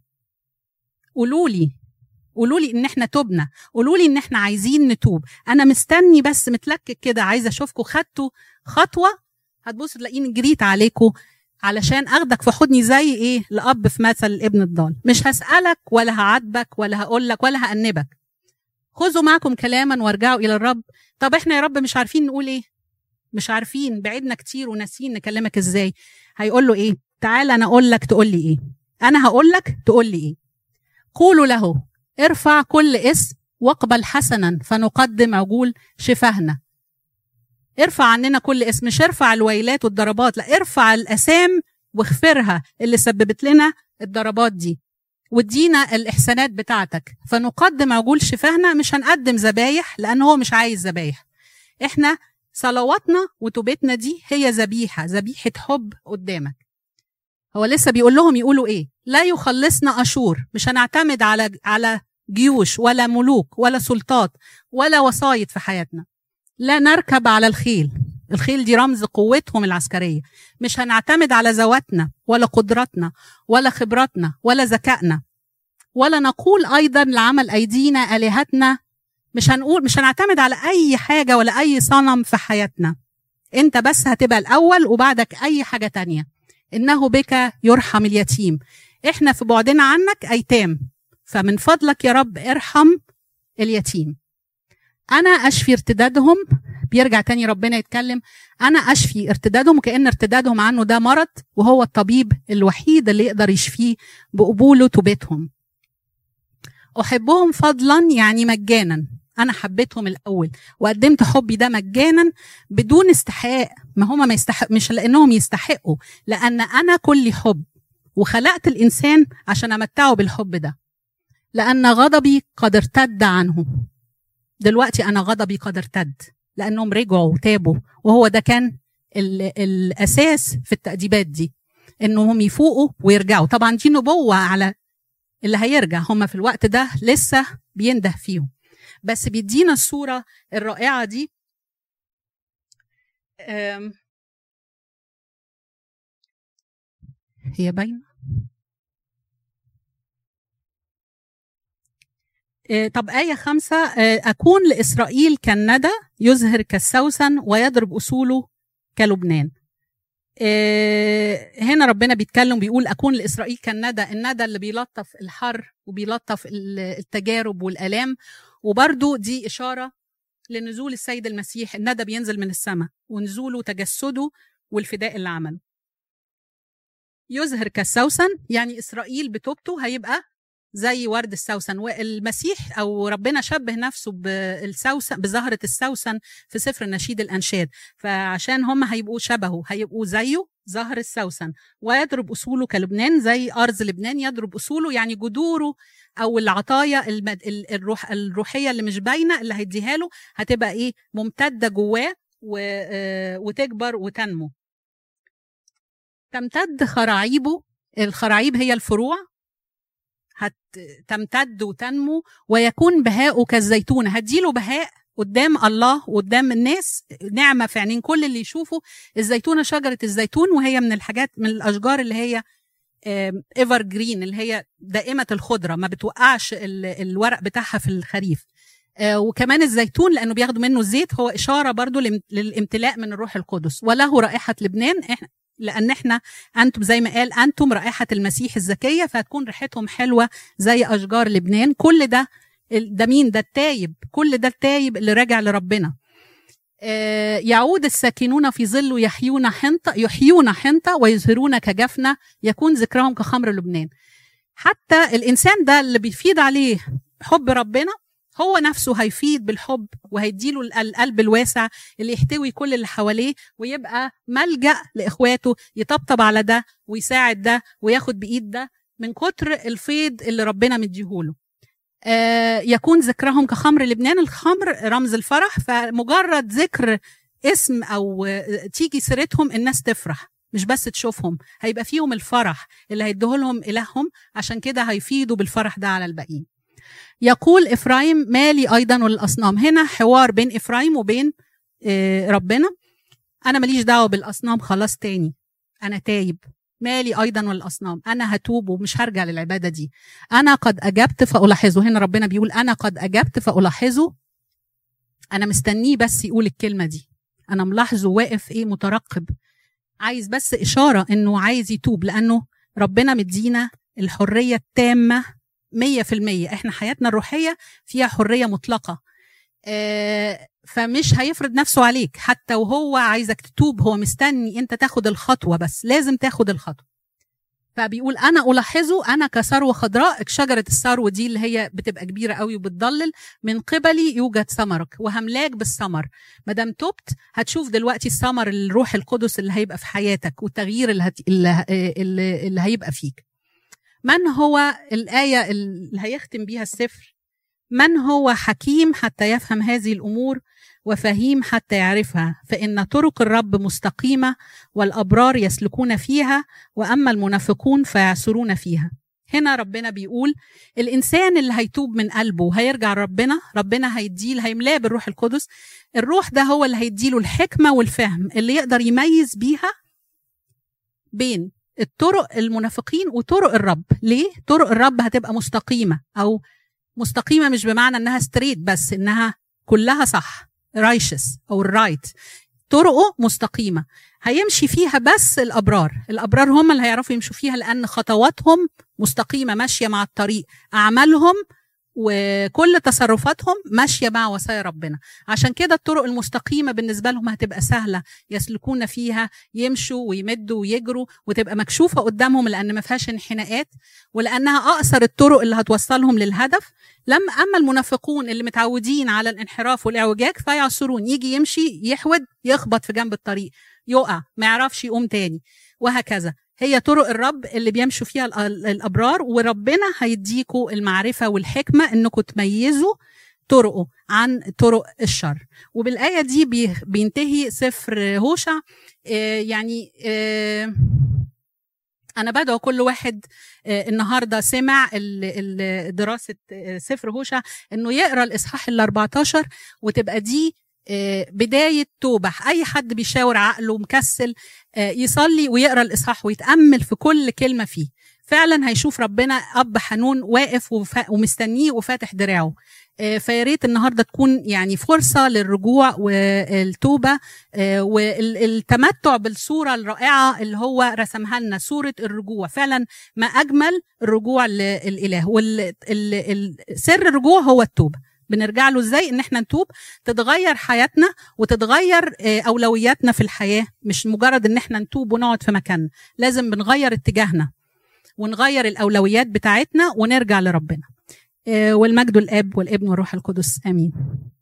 قولوا لي قولوا لي إن احنا توبنا، قولوا لي إن احنا عايزين نتوب، أنا مستني بس متلكك كده عايزة أشوفكم خدتوا خطوة، هتبصوا تلاقيني جريت عليكم علشان أخدك في حضني زي إيه لأب في مثل الابن الضال، مش هسألك ولا هعاتبك ولا هقولك ولا هأنبك. خذوا معكم كلاما وارجعوا إلى الرب. طب احنا يا رب مش عارفين نقول ايه، مش عارفين، بعدنا كتير وناسين نكلمك ازاي. هيقول له ايه؟ تعال انا اقول لك تقول لي ايه، انا هقول لك تقول لي ايه. قولوا له ارفع كل اسم واقبل حسنا فنقدم عجول شفاهنا. ارفع عننا كل اسم، مش ارفع الويلات والضربات، لا ارفع الاسام واغفرها اللي سببت لنا الضربات دي، وادينا الإحسانات بتاعتك فنقدم عجول شفاهنا. مش هنقدم ذبايح لأنه هو مش عايز ذبايح، احنا صلواتنا وتوبتنا دي هي ذبيحة، ذبيحة حب قدامك. هو لسه بيقول لهم يقولوا ايه؟ لا يخلصنا أشور، مش هنعتمد على على جيوش ولا ملوك ولا سلطات ولا وسايط في حياتنا. لا نركب على الخيل، الخيل دي رمز قوتهم العسكرية. مش هنعتمد على ذواتنا ولا قدراتنا ولا خبراتنا ولا ذكائنا، ولا نقول أيضا لعمل أيدينا آلهتنا. مش هنقول مش هنعتمد على أي حاجة ولا أي صنم في حياتنا، أنت بس هتبقى الأول وبعدك أي حاجة تانية. إنه بك يرحم اليتيم، إحنا في بعدنا عنك أيتام، فمن فضلك يا رب ارحم اليتيم. أنا أشفي ارتدادهم، بيرجع تاني ربنا يتكلم، أنا أشفي ارتدادهم، وكأن ارتدادهم عنه ده مرض وهو الطبيب الوحيد اللي يقدر يشفيه بقبوله توبتهم. أحبهم فضلا يعني مجانا، أنا حبيتهم الأول وقدمت حبي ده مجانا بدون استحقاق. ما هما ما يستحق، مش لأنهم يستحقوا، لأن أنا كل حب وخلقت الإنسان عشان أمتعه بالحب ده. لأن غضبي قد ارتد عنه. دلوقتي أنا غضبي قد ارتد لأنهم رجعوا وتابوا، وهو ده كان الأساس في التأديبات دي، إنهم يفوقوا ويرجعوا. طبعا دي نبوة على اللي هيرجع، هم في الوقت ده لسه بينده فيهم، بس بيدينا الصورة الرائعة دي. هي باينة. طب آية خمسة، أكون لإسرائيل كالندى يزهر كالسوسن ويضرب أصوله كلبنان. هنا ربنا بيتكلم بيقول أكون لإسرائيل كالندى، الندى اللي بيلطف الحر وبيلطف التجارب والآلام، وبرضو دي إشارة لنزول السيد المسيح. الندى بينزل من السماء ونزوله وتجسده والفداء اللي عمله. يزهر كالسوسن يعني إسرائيل بتوبته هيبقى زي ورد السوسن، والمسيح أو ربنا شبه نفسه بالسوسن، بزهرة السوسن في سفر النشيد الأنشاد، فعشان هم هيبقوا شبهه هيبقوا زيه زهر السوسن. ويضرب أصوله كلبنان، زي أرض لبنان يضرب أصوله، يعني جذوره أو العطايا المد... الروح الروحية اللي مش باينة اللي هيديها له هتبقى إيه؟ ممتدة جواه و... وتكبر وتنمو. تمتد خراعيبه، الخراعيب هي الفروع، هتمتد وتنمو. ويكون بهاءه كالزيتون، هديله بهاء قدام الله وقدام الناس، نعمة في عينين كل اللي يشوفوا. الزيتونة شجرة الزيتون، وهي من الحاجات من الأشجار اللي هي ايفر جرين، اللي هي دائمة الخضرة، ما بتوقعش الورق بتاعها في الخريف. وكمان الزيتون لأنه بياخدوا منه الزيت هو إشارة برضو للامتلاء من الروح القدس. وله رائحة لبنان، احنا لأن احنا أنتم زي ما قال أنتم رائحة المسيح الزكية، فهتكون ريحتهم حلوة زي أشجار لبنان. كل ده ده مين؟ ده التايب، كل ده التايب اللي راجع لربنا. آه يعود الساكنون في ظل يحيون حنطة، يحيون حنطة ويزهرون كجفنة، يكون ذكرهم كخمر لبنان. حتى الإنسان ده اللي بيفيد عليه حب ربنا هو نفسه هيفيد بالحب، وهيديله القلب الواسع اللي يحتوي كل اللي حواليه، ويبقى ملجأ لإخواته، يطبطب على ده ويساعد ده وياخد بإيد ده من كتر الفيض اللي ربنا مديهوله. آه يكون ذكرهم كخمر لبنان، الخمر رمز الفرح، فمجرد ذكر اسم أو تيجي سيرتهم الناس تفرح، مش بس تشوفهم، هيبقى فيهم الفرح اللي هيديهولهم إلههم، عشان كده هيفيدوا بالفرح ده على الباقيين. يقول إفرايم مالي أيضا والأصنام، هنا حوار بين إفرايم وبين ربنا. أنا ماليش دعوة بالأصنام خلاص، تاني أنا تايب، مالي أيضا والأصنام، أنا هتوب ومش هرجع للعبادة دي. أنا قد أجبت فألاحظه، هنا ربنا بيقول أنا قد أجبت فألاحظه، أنا مستنيه بس يقول الكلمة دي، أنا ملاحظه واقف إيه مترقب، عايز بس إشارة إنه عايز يتوب، لأنه ربنا مدينا الحرية التامة مية في المية. احنا حياتنا الروحية فيها حرية مطلقة، اه فمش هيفرض نفسه عليك حتى وهو عايزك تتوب، هو مستني انت تاخد الخطوة، بس لازم تاخد الخطوة. فبيقول انا الاحظه انا كثروة خضراء، شجرة الثرو دي اللي هي بتبقى كبيرة قوي وبتضلل، من قبلي يوجد ثمرك وهملاك بالثمر. مادام توبت هتشوف دلوقتي الثمر الروح القدس اللي هيبقى في حياتك، والتغيير اللي, هت... اللي... اللي... اللي هيبقى فيك. من هو الآية اللي هيختم بيها السفر؟ من هو حكيم حتى يفهم هذه الأمور، وفهيم حتى يعرفها؟ فإن طرق الرب مستقيمة والأبرار يسلكون فيها، وأما المنافقون فيعثرون فيها. هنا ربنا بيقول الإنسان اللي هيتوب من قلبه وهيرجع ربنا، ربنا هيديله، هيملاه بالروح القدس. الروح ده هو اللي هيديله الحكمة والفهم اللي يقدر يميز بيها بين الطرق المنافقين وطرق الرب. ليه؟ طرق الرب هتبقى مستقيمة، أو مستقيمة مش بمعنى أنها ستريت، بس أنها كلها صح، رايشس أو الرايت، طرقه مستقيمة هيمشي فيها بس الأبرار. الأبرار هم اللي هيعرفوا يمشوا فيها، لأن خطواتهم مستقيمة ماشية مع الطريق، أعمالهم وكل تصرفاتهم ماشية مع وصايا ربنا. عشان كده الطرق المستقيمة بالنسبة لهم هتبقى سهلة يسلكون فيها، يمشوا ويمدوا ويجروا وتبقى مكشوفة قدامهم لأن ما فيهاش انحناءات، ولأنها أقصر الطرق اللي هتوصلهم للهدف. لما أما المنافقون اللي متعودين على الانحراف والإعوجاج فيعصرون، يجي يمشي يحود يخبط في جنب الطريق يقع ما يعرفش يقوم تاني، وهكذا. هي طرق الرب اللي بيمشوا فيها الأبرار، وربنا هيديكوا المعرفة والحكمة إنكم تميزوا طرقه عن طرق الشر. وبالآية دي بينتهي سفر هوشع. يعني أنا بدعو كل واحد النهاردة سمع دراسة سفر هوشع إنه يقرأ الإصحاح الأربعتاشر، وتبقى دي بداية توبة. أي حد بيشاور عقله مكسل يصلي ويقرأ الإصحاح ويتأمل في كل كلمة فيه، فعلا هيشوف ربنا أب حنون واقف ومستنيه وفاتح دراعه. فياريت النهاردة تكون يعني فرصة للرجوع والتوبة والتمتع بالصورة الرائعة اللي هو رسمها لنا، صورة الرجوع. فعلا ما أجمل الرجوع للإله، والسر الرجوع هو التوبة. بنرجع له ازاي؟ ان احنا نتوب، تتغير حياتنا وتتغير اولوياتنا في الحياة. مش مجرد ان احنا نتوب ونقعد في مكاننا، لازم بنغير اتجاهنا ونغير الاولويات بتاعتنا ونرجع لربنا. والمجد الاب والابن والروح القدس، امين.